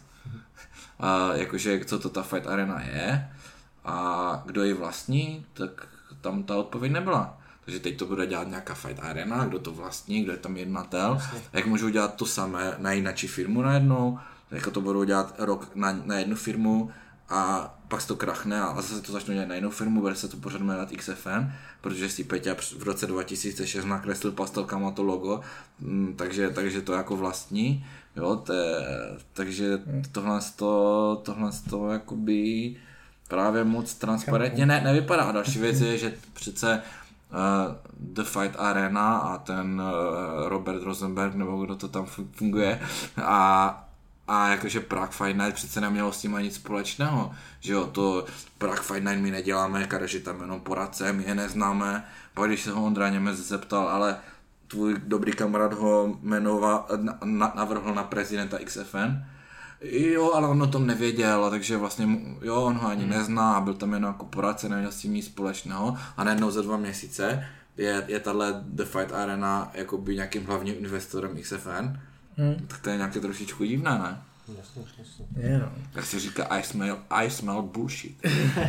a jakože co to ta Fight Arena je a kdo ji vlastní, tak tam ta odpověď nebyla. Takže teď to bude dělat nějaká Fight Arena, kdo to vlastní, kdo je tam jednatel, jak můžou dělat to samé na jináčí firmu najednou, jako to budou dělat rok na, na jednu firmu a pak se to krachne a zase to začnou dělat na jinou firmu, bude se to pořád jmenovat X F N, protože si Peťa v roce dva tisíce šest nakreslil pastelkama to logo, takže, takže to jako vlastní, jo, te, takže tohle to, tohle to jakoby právě moc transparentně ne, nevypadá. A další věc je, že přece uh, The Fight Arena a ten uh, Robert Rosenberg, nebo kdo to tam funguje, a, a jakože Prague Fight Night přece nemělo s tím nic společného, že jo, to Prague Fight Night my neděláme, Kareš je tam jenom poradce, my je neznáme, pak když se ho Ondra Němec zeptal, ale tvůj dobrý kamarád ho jmenoval, na, navrhl na prezidenta X F N, jo, ale on o tom nevěděl, takže vlastně, jo, on ho ani nezná a byl tam jen jako poradce, neměl s tím nic společného a najednou za dva měsíce je, je tahle The Fight Arena jakoby nějakým hlavním investorem X F N, hmm. tak to je nějaké trošičku divné, ne? Jasně, jasně. Yeah. Tak se říká I smell, I smell bullshit.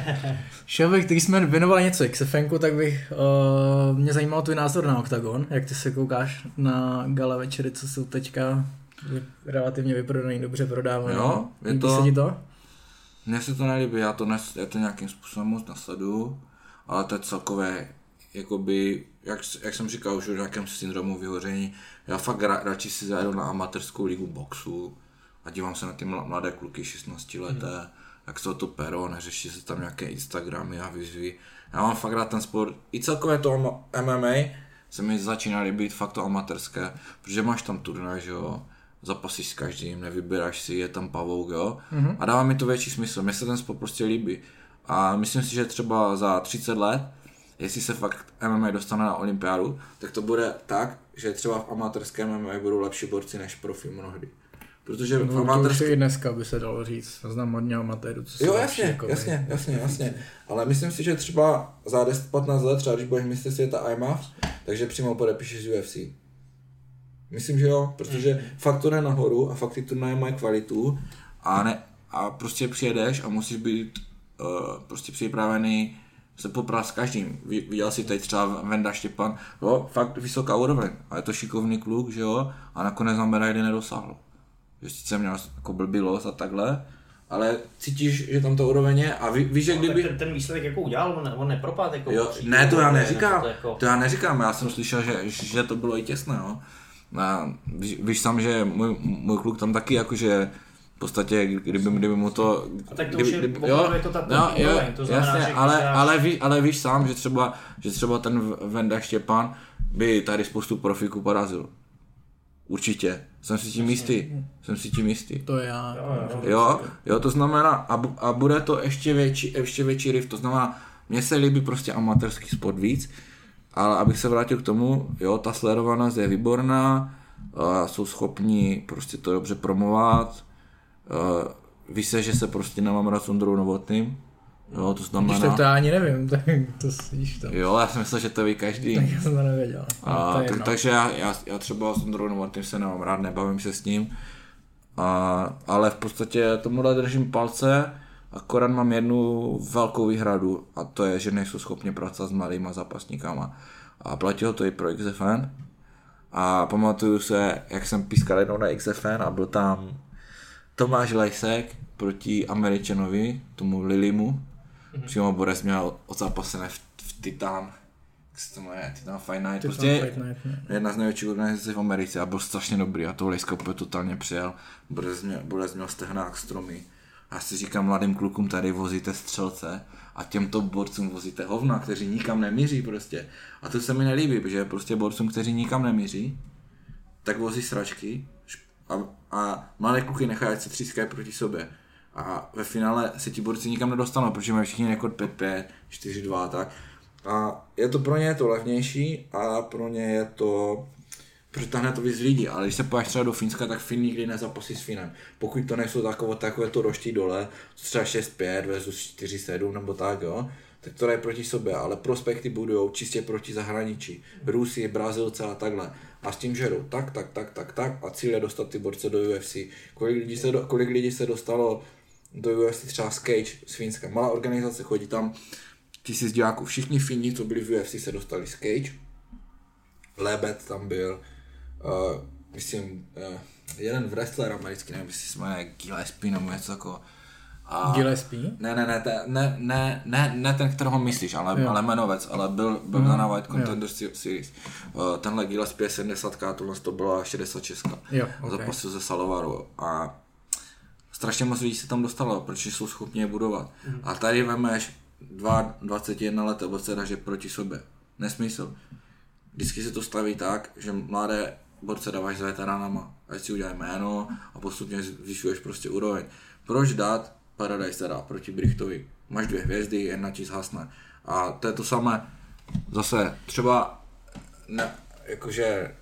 Šel bych, když jsme věnovali něco X F N ku, tak bych, uh, mě zajímal tvůj názor na Octagon, jak ty se koukáš na gala večery, co jsou teďka relativně vyprodaný, dobře prodávaný. Jo, je to... se ti to? Mně se to nelíbí, já to, nes, já to nějakým způsobem moc nasleduju, ale to je celkové, jakoby, jak, jak jsem říkal už o nějakém syndromu vyhoření, já fakt ra, radši si zajdu na amatérskou ligu boxu a dívám se na ty mladé kluky šestnáctileté, hmm. jak se to pero, neřeší se tam nějaké Instagramy a výzvy. Já mám fakt rád ten sport, i celkově to M M A se mi začíná líbit fakt to amatérské, protože máš tam turnaj, že jo, zapasíš s každým, nevybíráš si, je tam pavouk, jo, mm-hmm. a dává mi to větší smysl, mně se ten sport prostě líbí. A myslím si, že třeba za třicet let, jestli se fakt M M A dostane na olympiádu, tak to bude tak, že třeba v amatérském M M A budou lepší borci než profi mnohdy. Protože No, v to už amatérském... i dneska by se dalo říct, znám hodně amatérů, co jsou Jo, lepší, jasně, jako jasně, jasně, jasně, ale myslím si, že třeba za deset patnáct let, třeba když budeš mistr světa I M A F, takže přímo podepíšeš z U F C. Myslím, že jo, protože mm. fakt to jde nahoru a fakt ty turnaje mají kvalitu a, ne, a prostě přijedeš a musíš být uh, prostě připravený se poprat s každým. Viděl jsi teď třeba Venda Štěpan, jo, fakt vysoká úroveň a je to šikovný kluk, že jo, a nakonec na medaidy nedosáhl. Že sice měl jako blbý los a takhle, ale cítíš, že tam to úroveň je a ví, víš, že no, kdyby... Ten, ten výsledek jako udělal, on, on nepropad jako... Jo, příklad, ne, to já ne, neříkám, to, jako... to já neříkám, já jsem slyšel, že, že to bylo i těsné, jo. A víš, víš sám, že můj, můj kluk tam taky jakože v podstatě, kdyby, kdyby mu to... A tak to kdyby, už je, kdyby, jo, jo, je to ta no, jo, úroveň, to znamená, jasně, že ale, dáš... ale, ví, ale víš sám, že třeba, že třeba ten Venda Štěpán by tady spoustu profíků porazil. Určitě. Jsem si tím jistý. Jsem si tím jistý. To já. Jo, jo, Jo, jo, to znamená, a, bu, a bude to ještě větší, ještě větší riv, to znamená, mně se líbí prostě amatérský sport víc, ale abych se vrátil k tomu, jo, ta sledovanost je výborná, a jsou schopní prostě to dobře promovat, ví se, že se prostě nemám rád s Ondrou Novotným, jo, to znamená... Když tak to já ani nevím, tak to víš to. Jo, já jsem myslel, že to ví každý. Tak já jsem to nevěděl. A, to tak, takže já, já, já třeba s Ondrou Novotným se nemám rád, nebavím se s ním, a, ale v podstatě tomuhle držím palce, akorát mám jednu velkou výhradu a to je, že nejsou schopni pracovat s malýma zápasníkama. A platilo to i pro X F N. A pamatuju se, jak jsem pískal jednou na X F N a byl tam Tomáš Lejsek proti Američanovi, tomu Lilimu. Mm-hmm. Přímo Borec měl odzápasené v, v Titan. Jak se to jmenuje? Titan Fight Night. Prostě Fight Night, ne. Jedna z největších organizací v Americe a byl strašně dobrý a toho Lejska úplně totálně přijel. Borec měl, Borec měl stehna jak stromy. A já si říkám, mladým klukům tady vozíte střelce a těmto borcům vozíte hovna, kteří nikam nemíří prostě. A to se mi nelíbí, protože prostě borcům, kteří nikam nemíří, tak vozí sračky a, a mladé kluky nechají, ať se třískají proti sobě. A ve finále se ti borci nikam nedostanou, protože mají všichni rekord pět pět, čtyři dva tak. A je to pro ně je to levnější a pro ně je to... Přitáhne to víc lidí, ale když se pojáš třeba do Finska, tak Fin nikdy nezaposí s Finem. Pokud to nejsou takové, takové to roští dole, třeba šest pět versus čtyři sedm nebo tak, jo, tak to dají proti sobě, ale prospekty budujou čistě proti zahraničí. Rusy, Brazilce a takhle. A s tím žerou tak, tak, tak, tak, tak a cíl je dostat ty borce do U F C. Kolik lidí se, do, kolik lidí se dostalo do U F C třeba z Cage, z Finska. Malá organizace, chodí tam tisíc diváků. Všichni Fini, co byli v U F C, se dostali z Cage. Lebed tam byl. Uh, myslím, uh, jeden wrestler americký, nevím, jestli se jmenuje Gillespie nebo něco jako. A... Gillespie? Ne, ne, ne, te, ne, ne, ne, ne ten, kterého myslíš, ale, ale jmenovec, ale byl, byl mm. na White Contender jo. Series. Uh, tenhle Gillespie je sedmdesát, tohle to byla šedesát šest. Jo, okay. Zapasil ze Salovaru a strašně moc lidí se tam dostalo, protože jsou schopni je budovat. Mm. A tady vemeš dvacet jedna leté borce daže proti sobě. Nesmysl. Vždycky se to staví tak, že mladé borce dáváš s veteránama, ať si udělají jméno a postupně zvyšuješ prostě úroveň. Proč dát Paradise teda proti Brichtovi? Máš dvě hvězdy, jedna ti zhasne. A to je to samé, zase třeba, ne, jakože,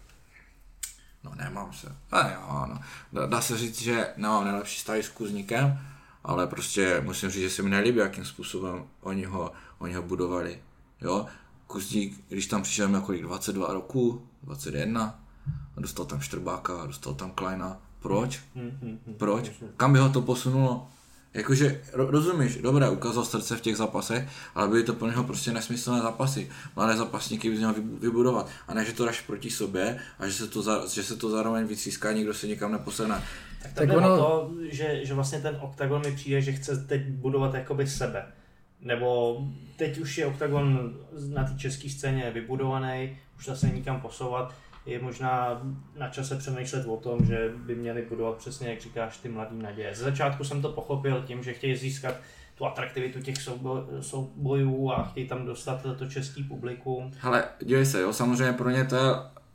no nemám se, a jo, no. Dá, dá se říct, že nemám nejlepší vztahy s Kuzníkem, ale prostě musím říct, že se mi nelíbí, jakým způsobem oni ho, oni ho budovali, jo. Kuzník, když tam přišel měl kolik, dvacet dva roku, dvacet jedna, a dostal tam Štrbáka, dostal tam Kleina. Proč? Proč? Kam by ho to posunulo? Jakože, rozumíš, dobré, ukázal srdce v těch zápasech, ale byly to pro něho prostě nesmyslné zápasy. Mladé zápasníky by měl vybudovat. A ne, že to dáš proti sobě a že se to, za, že se to zároveň vytříská, nikdo se nikam neposene. Tak tam tak ono... to, že, že vlastně ten Oktagon mi přijde, že chce teď budovat jakoby sebe. Nebo teď už je Oktagon na té české scéně vybudovaný, už zase nikam posouvat. Je možná na čase přemýšlet o tom, že by měli budovat přesně, jak říkáš, ty mladý naděje. Ze začátku jsem to pochopil tím, že chtějí získat tu atraktivitu těch soubojů a chtějí tam dostat to český publikum. Hele, dívej se, jo, samozřejmě pro ně to je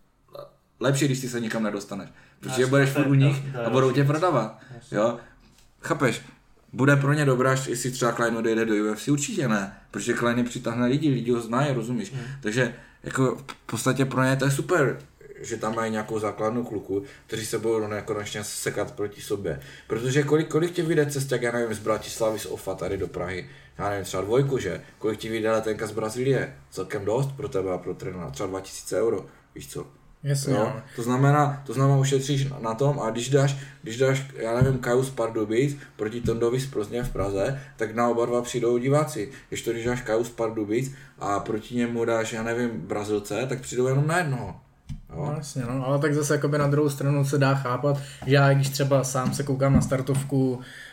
lepší, když ty se nikam nedostaneš. Protože budeš furt u nich a budou tě prodávat. Jo? Chápeš? Bude pro ně dobrá, jestli třeba Klein odejde do U F C? Určitě ne, protože Klein přitáhne lidi, lidi ho znají, rozumíš? Hmm. Takže jako v podstatě pro ně to je super, že tam mají nějakou základnu kluku, kteří se budou nekonečně sekat proti sobě. Protože kolik, kolik tě vyjde cesták, já nevím, z Bratislavy, z Ofa tady do Prahy, já nevím, třeba dvojku, že? Kolik ti vyjde letenka z Brazílie? Celkem dost pro tebe a pro trenéra, třeba dva tisíce euro, víš co? Jasně. Jo? To znamená, to znamená ušetříš na tom a když dáš, když dáš, já nevím, Kaju z Pardubic proti Tondovi z Plzně v Praze, tak na oba dva přijdou diváci. Když to když dáš Kaju z Pardubic a proti němu dáš, já nevím, Brazilce, tak přijdou jenom na jednoho. No, jasně, no, ale tak zase jakoby na druhou stranu se dá chápat, že já když třeba sám se koukám na startovku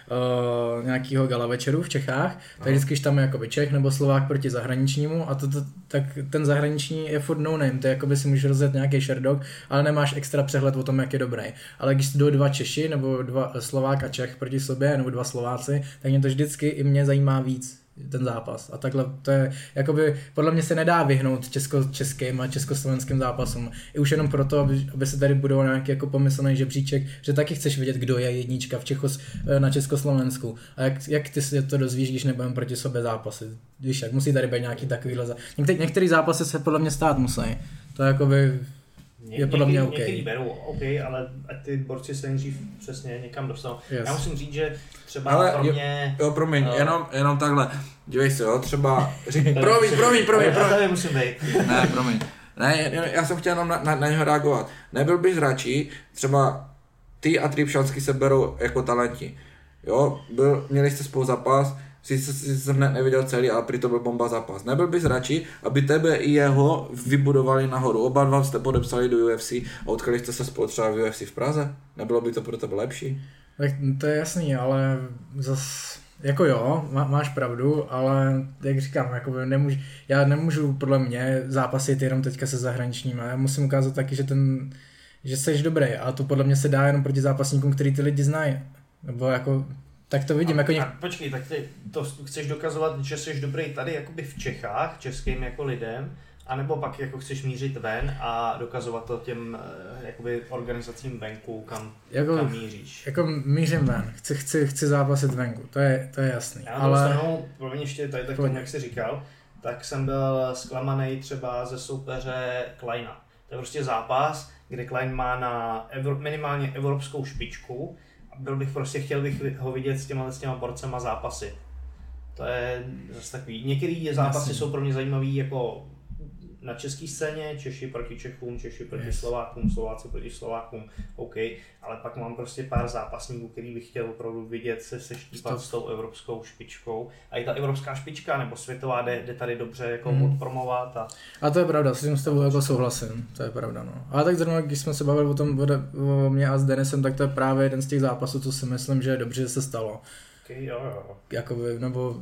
uh, nějakého gala večeru v Čechách, tak vždycky, když tam je jakoby Čech nebo Slovák proti zahraničnímu a to, to, tak ten zahraniční je furt no name, to je jakoby si můžeš rozjet nějaký sherdog, ale nemáš extra přehled o tom, jak je dobrý. Ale když jdou dva Češi nebo dva Slovák a Čech proti sobě, nebo dva Slováci, tak mě to vždycky i mě zajímá víc ten zápas. A takhle to je, jakoby, podle mě se nedá vyhnout česko-českým a československým zápasům. I už jenom proto, aby, aby se tady budoval nějaký jako pomyslný žebříček, že taky chceš vědět, kdo je jednička v Čechos, na Československu. A jak, jak ty si to dozvíš, když nebudeme proti sobě zápasy? Víš, jak musí tady být nějaký takovýhle zápas. Některý, některý zápasy se podle mě stát musí. To je jakoby je podle mě OK. Některý berou OK, ale ať ty borci se nejdřív přesně někam dostanou. Yes. Já musím říct, že třeba ale pro mě... Jo, jo promiň, uh, jenom, jenom takhle. Dívej se, jo, třeba... Řík, promiň, musím, promiň, promiň, promiň. promiň. Já musím být. Ne, promiň. Ne, já jsem chtěl jenom na, na, na něho reagovat. Nebyl bys radši, třeba ty a Tripšanský se berou jako talenti. Jo, byl, měli jste spolu zápas, sice jsem ne, neviděl celý, ale prý to byl bomba zápas. Nebyl bys radši, aby tebe i jeho vybudovali nahoru. Oba dva jste podepsali do U F C a utkali jste se spolu třeba v U F C v Praze? Nebylo by to pro tebe lepší? Tak to je jasný, ale zas, jako jo, má, máš pravdu, ale jak říkám, jako nemůžu, já nemůžu podle mě zápasit jenom teďka se zahraničníma. Já musím ukázat taky, že ten, že jsi dobrý a to podle mě se dá jenom proti zápasníkům, který ty lidi znají. Nebo jako tak to vidím. A, jako něk... a počkej, tak ty to chceš dokazovat, že jsi dobrý tady jakoby v Čechách, českým jako lidem, anebo pak jako chceš mířit ven a dokazovat to těm jakoby organizacím venku, kam, jako, kam míříš? Jako mířím ven, chci, chci, chci zápasit venku, to je, to je jasný. Já na ale... stranou, pro mě ještě tady tak tomu, jak jsi říkal, tak jsem byl zklamaný třeba ze soupeře Kleina. To je prostě zápas, kde Klein má na evro, minimálně evropskou špičku, byl bych prostě, chtěl bych ho vidět s těma, s těma borcema zápasy. To je zase takový. Některý zápasy Jasně. jsou pro mě zajímavý jako na české scéně, Češi proti Čechům, Češi proti yes. Slovákům, Slováci proti Slovákům, OK, ale pak mám prostě pár zápasníků, který bych chtěl opravdu vidět se seštípat s tou evropskou špičkou. A i ta evropská špička nebo světová jde, jde tady dobře jako mm. odpromovat. A... a to je pravda, s tím s tebou jako souhlasím, to je pravda. No. Ale tak zrovna, když jsme se bavili o tom o mě a s Denisem, tak to je právě jeden z těch zápasů, co si myslím, že je dobře, že se stalo. Okay, jo, jo. Jakoby, nebo...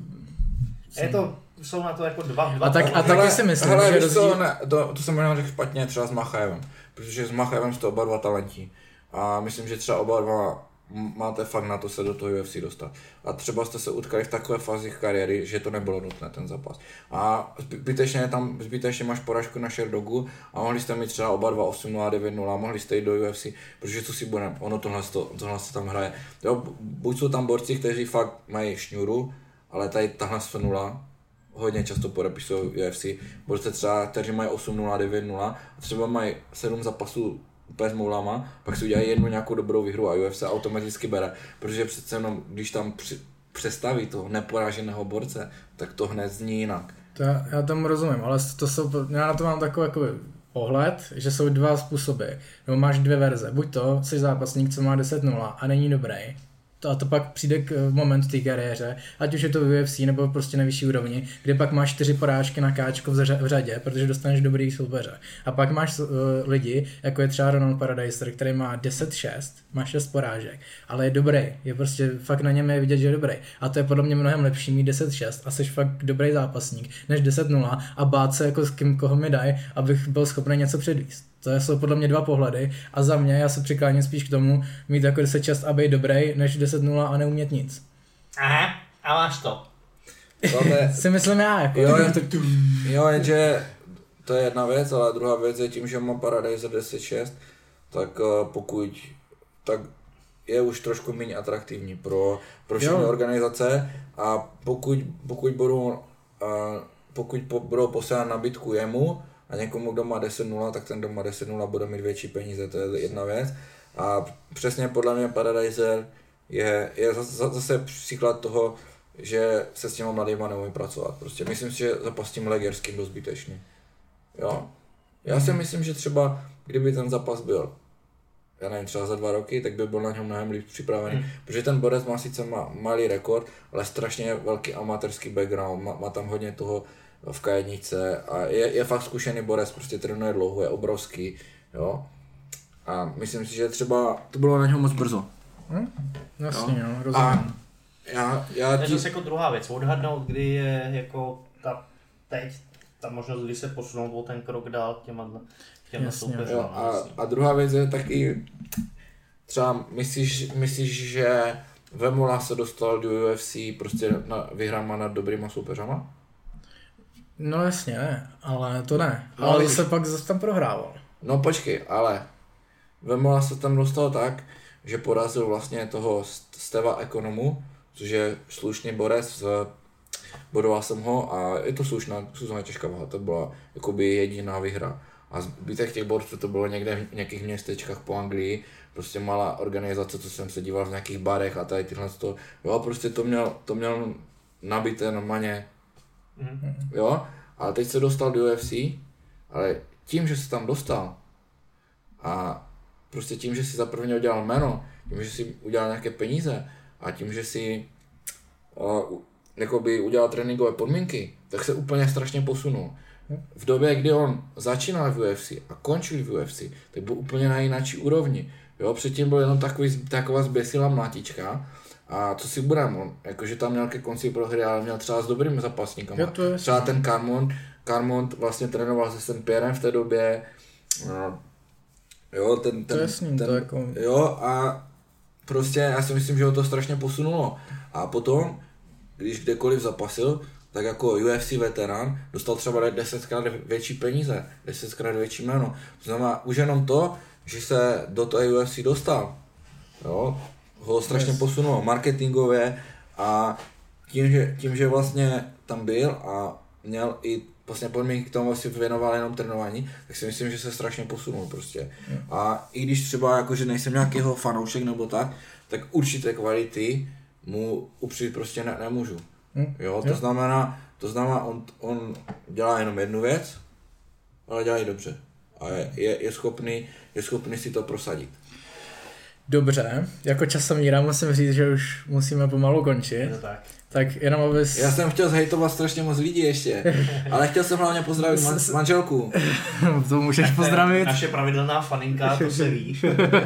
Je to, jsou na to jako dva, dva a, tak, a taky si myslím, hele, že rozdíl... to, ne, to, to jsem možná řekl špatně třeba s Machajevem, protože s Machajevem jste oba dva talenti a myslím, že třeba oba dva máte fakt na to se do toho U F C dostat. A třeba jste se utkali v takové fázi kariéry, že to nebylo nutné ten zápas. A zbytečně tam zbytečně máš porážku na Sherdogu a mohli jste mít třeba oba dva osm nula devět nula, mohli jste jít do U F C, protože co si budeme, ono tohle, tohle se tam hraje. Jo, buď jsou tam borci, kteří fakt mají šňůru, ale tady tahle nula hodně často podepisují U F C. Borci třeba, kteří mají osm nula devět nula a třeba mají sedm zápasů úplně s moulama, pak si udělají jednu nějakou dobrou výhru a U F C automaticky bere, protože přece jenom, když tam při, přestaví toho neporáženého borce, tak to hned zní jinak. To já, já tomu rozumím, ale to jsou, já na to mám takový jako pohled, že jsou dva způsoby, nebo máš dvě verze, buď to, jsi zápasník, co má deset nula a není dobrý, a to pak přijde k moment v té kariéře, ať už je to v U F C nebo prostě na vyšší úrovni, kde pak máš čtyři porážky na káčko v řadě, protože dostaneš dobrý soupeře. A pak máš uh, lidi, jako je třeba Ronald Paradiser, který má deset šest, má šest porážek, ale je dobrý, je prostě fakt na něm je vidět, že je dobrý. A to je podle mě mnohem lepší mít deset šest a jsi fakt dobrý zápasník, než deset nula a bát se jako s kým, koho mi dají, abych byl schopný něco předvíst. To jsou podle mě dva pohledy a za mě já se přikláním spíš k tomu mít jako deset šest a být dobrý, než deset nula a neumět nic. Aha, a máš to. je... si myslím já, jako. Jo, je, jo, jenže to je jedna věc, ale druhá věc je tím, že má Paradise deset šest, tak pokud, tak je už trošku méně atraktivní pro, pro všechny organizace a pokud, pokud budou, pokud budou posílat nabídku jemu, a někomu, kdo má deset nula, tak ten, kdo má deset nula, bude mít větší peníze, to je jedna věc. A přesně podle mě Paradiser je, je zase příklad toho, že se s těma mladýma neumí pracovat. Prostě myslím si, že zápas s tím Legerským byl zbytečný. Jo. Já si myslím, že třeba, kdyby ten zápas byl, já nevím, třeba za dva roky, tak by byl na něm mnohem líp připravený. Hmm. Protože ten borec má sice má malý rekord, ale strašně velký amatérský background, má, má tam hodně toho v K jedna a je, je fakt zkušený borec, prostě trénuje dlouho, je obrovský, jo. A myslím si, že třeba to bylo na něho moc brzo. Hmm? Jasně, jo, no, rozumím. A já, já ti... To je zase jako druhá věc, odhadnout, kdy je jako ta teď ta možnost, kdy se posunout o ten krok dál těma, těma soupeřům. A, a druhá věc je taky, třeba myslíš, myslíš že Vemola se dostal do U F C prostě na, vyhrama nad dobrýma soupeřama? No jasně, ne, ale to ne, no, ale se pak zase tam prohrával. No počkej, ale Vemola se tam dostal tak, že porazil vlastně toho Steva Ekonomu, což je slušný borec, bodoval jsem ho a je to slušná, slušná těžká váha, to byla jakoby jediná výhra. A zbytek těch borců to bylo někde v nějakých městečkách po Anglii, prostě malá organizace, co jsem se díval v nějakých barech a tady tyhle to, jo, prostě to měl, to měl nabité normálně, mm-hmm. jo, ale teď se dostal do U F C, ale tím, že se tam dostal a prostě tím, že si za prvně udělal jméno, tím, že si udělal nějaké peníze a tím, že si uh, jakoby udělal tréninkové podmínky, tak se úplně strašně posunul. V době, kdy on začínal v U F C a končil v U F C, tak byl úplně na jináčí úrovni. Jo, předtím byl jenom takový, taková zběsilá mlátička a co si budeme, on jakože tam měl ke konci prohry, ale měl třeba s dobrými zapasníkama. Třeba ten Carmont, Carmont vlastně trénoval se Saint Pierrem v té době. No, jo, ten, ten, to jasný, ten, to jako... jo, a prostě já si myslím, že ho to strašně posunulo. A potom, když kdekoliv zapasil, tak jako U F C veterán dostal třeba desetkrát větší peníze, desetkrát větší jméno. To znamená, už jenom to, že se do toho U F C dostal, jo, ho strašně yes. posunulo marketingově a tím že, tím, že vlastně tam byl a měl i vlastně podmínky k tomu, si věnoval jenom trénování, tak si myslím, že se strašně posunul prostě. Mm. A i když třeba jakože nejsem nějakýho fanoušek nebo tak, tak určité kvality mu upřít prostě ne, nemůžu. Mm. Jo, to jo. znamená, to znamená, on, on dělá jenom jednu věc, ale dělá ji dobře. A je, je, je, schopný, je schopný si to prosadit. Dobře, jako časomíra musím říct, že už musíme pomalu končit. No tak. Tak jenom abys... Já jsem chtěl zhejtovat strašně moc lidí ještě, ale chtěl jsem hlavně pozdravit man, manželku. To můžeš pozdravit. Naše pravidelná faninka, to se ví.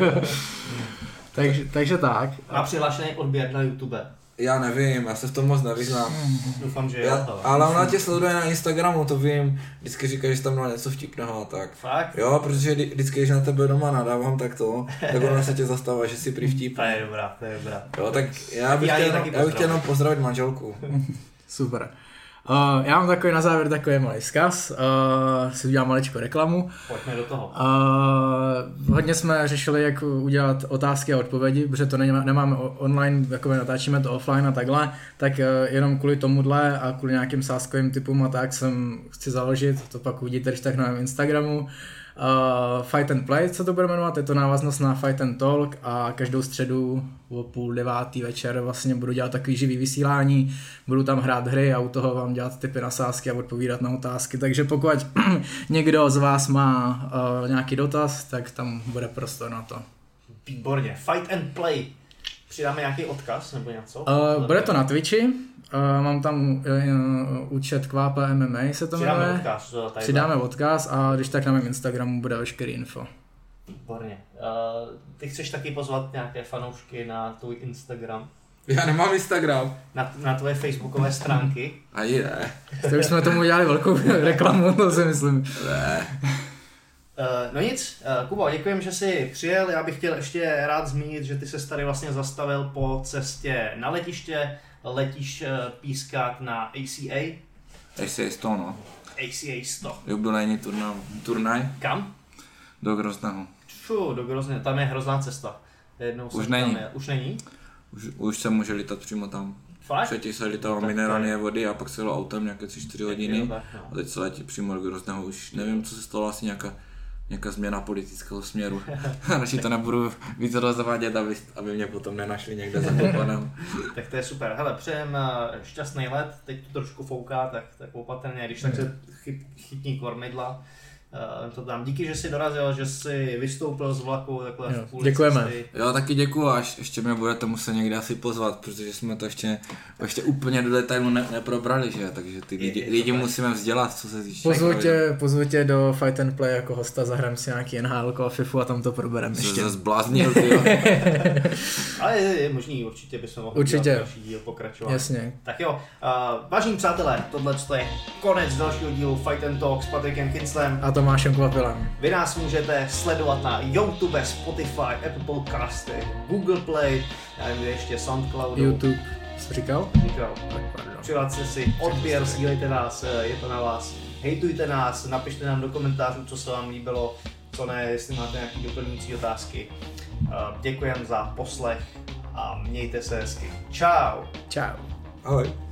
takže, takže tak. Má přihlášený odběr na YouTube. Já nevím, já se v tom moc nevyznám. Doufám, že já, jo. Ale ona tě sleduje na Instagramu, to vím. Vždycky říká, že jsi tam měl něco vtipného a tak. Fakt? Jo, protože vždycky, když na tebe doma nadávám, tak to, tak ona se tě zastává, že jsi prý vtipný. To je dobrá, to je dobrá. Jo, tak já bych já chtěl, já bych chtěl jenom pozdravit manželku. Super. Uh, já mám takový na závěr takový malý vzkaz, uh, si udělám maličko reklamu. Pojďme do toho. Uh, hodně jsme řešili, jak udělat otázky a odpovědi, protože to nemáme online, jako natáčíme to offline a takhle, tak uh, jenom kvůli tomuhle a kvůli nějakým sázkovým typům a tak jsem chci založit, to pak uvidíte, když tak na mém Instagramu. Uh, Fight and Play, co to bude jmenovat, je to návaznost na Fight and Talk a každou středu o půl devátý večer vlastně budu dělat takový živý vysílání, budu tam hrát hry a u toho vám dělat tipy na sázky a odpovídat na otázky, takže pokud někdo z vás má uh, nějaký dotaz, tak tam bude prostor na to. Výborně, Fight and Play, přidáme nějaký odkaz nebo něco? Uh, bude to na Twitchi. Uh, mám tam uh, účet Kvápa M M A se to Přidáme jmenuje. Odkaz, Přidáme odkaz a když tak na mém Instagramu bude veškerý info. Výborně. Uh, ty chceš taky pozvat nějaké fanoušky na tvůj Instagram? Já nemám Instagram. Na, na tvoje facebookové stránky? A je. To už jsme tomu udělali velkou reklamu, to si myslím. Ne. Uh, no nic, uh, Kubo, děkujem, že jsi přijel. Já bych chtěl ještě rád zmínit, že ty se tady vlastně zastavil po cestě na letiště. Letíš uh, pískat na A C A? A C A sto, no. A C A sto. Jubilejní turna, turnaj. Kam? Do Grozného. Fů, do Grozného, tam je hrozná cesta. Jednou Už není. Je. Už není? Už, už se může lítat přímo tam. Fakt? Předtím se litalo minerální vody a pak se jelo autem nějaké tři čtyři hodiny. A teď se letí přímo do Grozného, už nevím, co se stalo, asi nějaká, nějaká změna politického směru. Radši to nebudu víc rozvádět, aby, aby mě potom nenašli někde zakopaného. Tak to je super. Hele, přejem šťastný let, teď to trošku fouká, tak, tak opatrně, když tak se chyt, chytní kormidla. Uh, to tam. Díky, že jsi dorazil, že jsi vystoupil z vlaku takhle jo, v půl děkujeme. cesty. Jo, taky děkuju, až ještě mě budete muset někde asi pozvat, protože jsme to ještě, ještě úplně do detailu ne, neprobrali, že? Takže ty lidi, je, je lidi musíme vzdělat, co se týče. Pozvu tě, pozvu tě do Fight and Play jako hosta, zahrám si nějaký N H L a FIFU a tam to probereme ještě. Se zbláznil, ty jo. Ale je, je možný, určitě bychom mohli určitě. další díl pokračovat. Jasně. Tak jo, uh, vážení přátelé, tohle je konec dalšího dílu Fight and Talk s Patrikem Kinslem A Tomášem Kvapilem. Vy nás můžete sledovat na YouTube, Spotify, Apple Podcasty, Google Play, já nevím, ještě SoundCloudu. YouTube. Jsi říkal? Říkal. Přihlaste si odběr, sdílejte nás, je to na vás. Hejtujte nás, napište nám do komentářů, co se vám líbilo, co ne, jestli máte nějaké doplňující otázky. Děkujeme za poslech a mějte se hezky. Čau. Čau. Ahoj.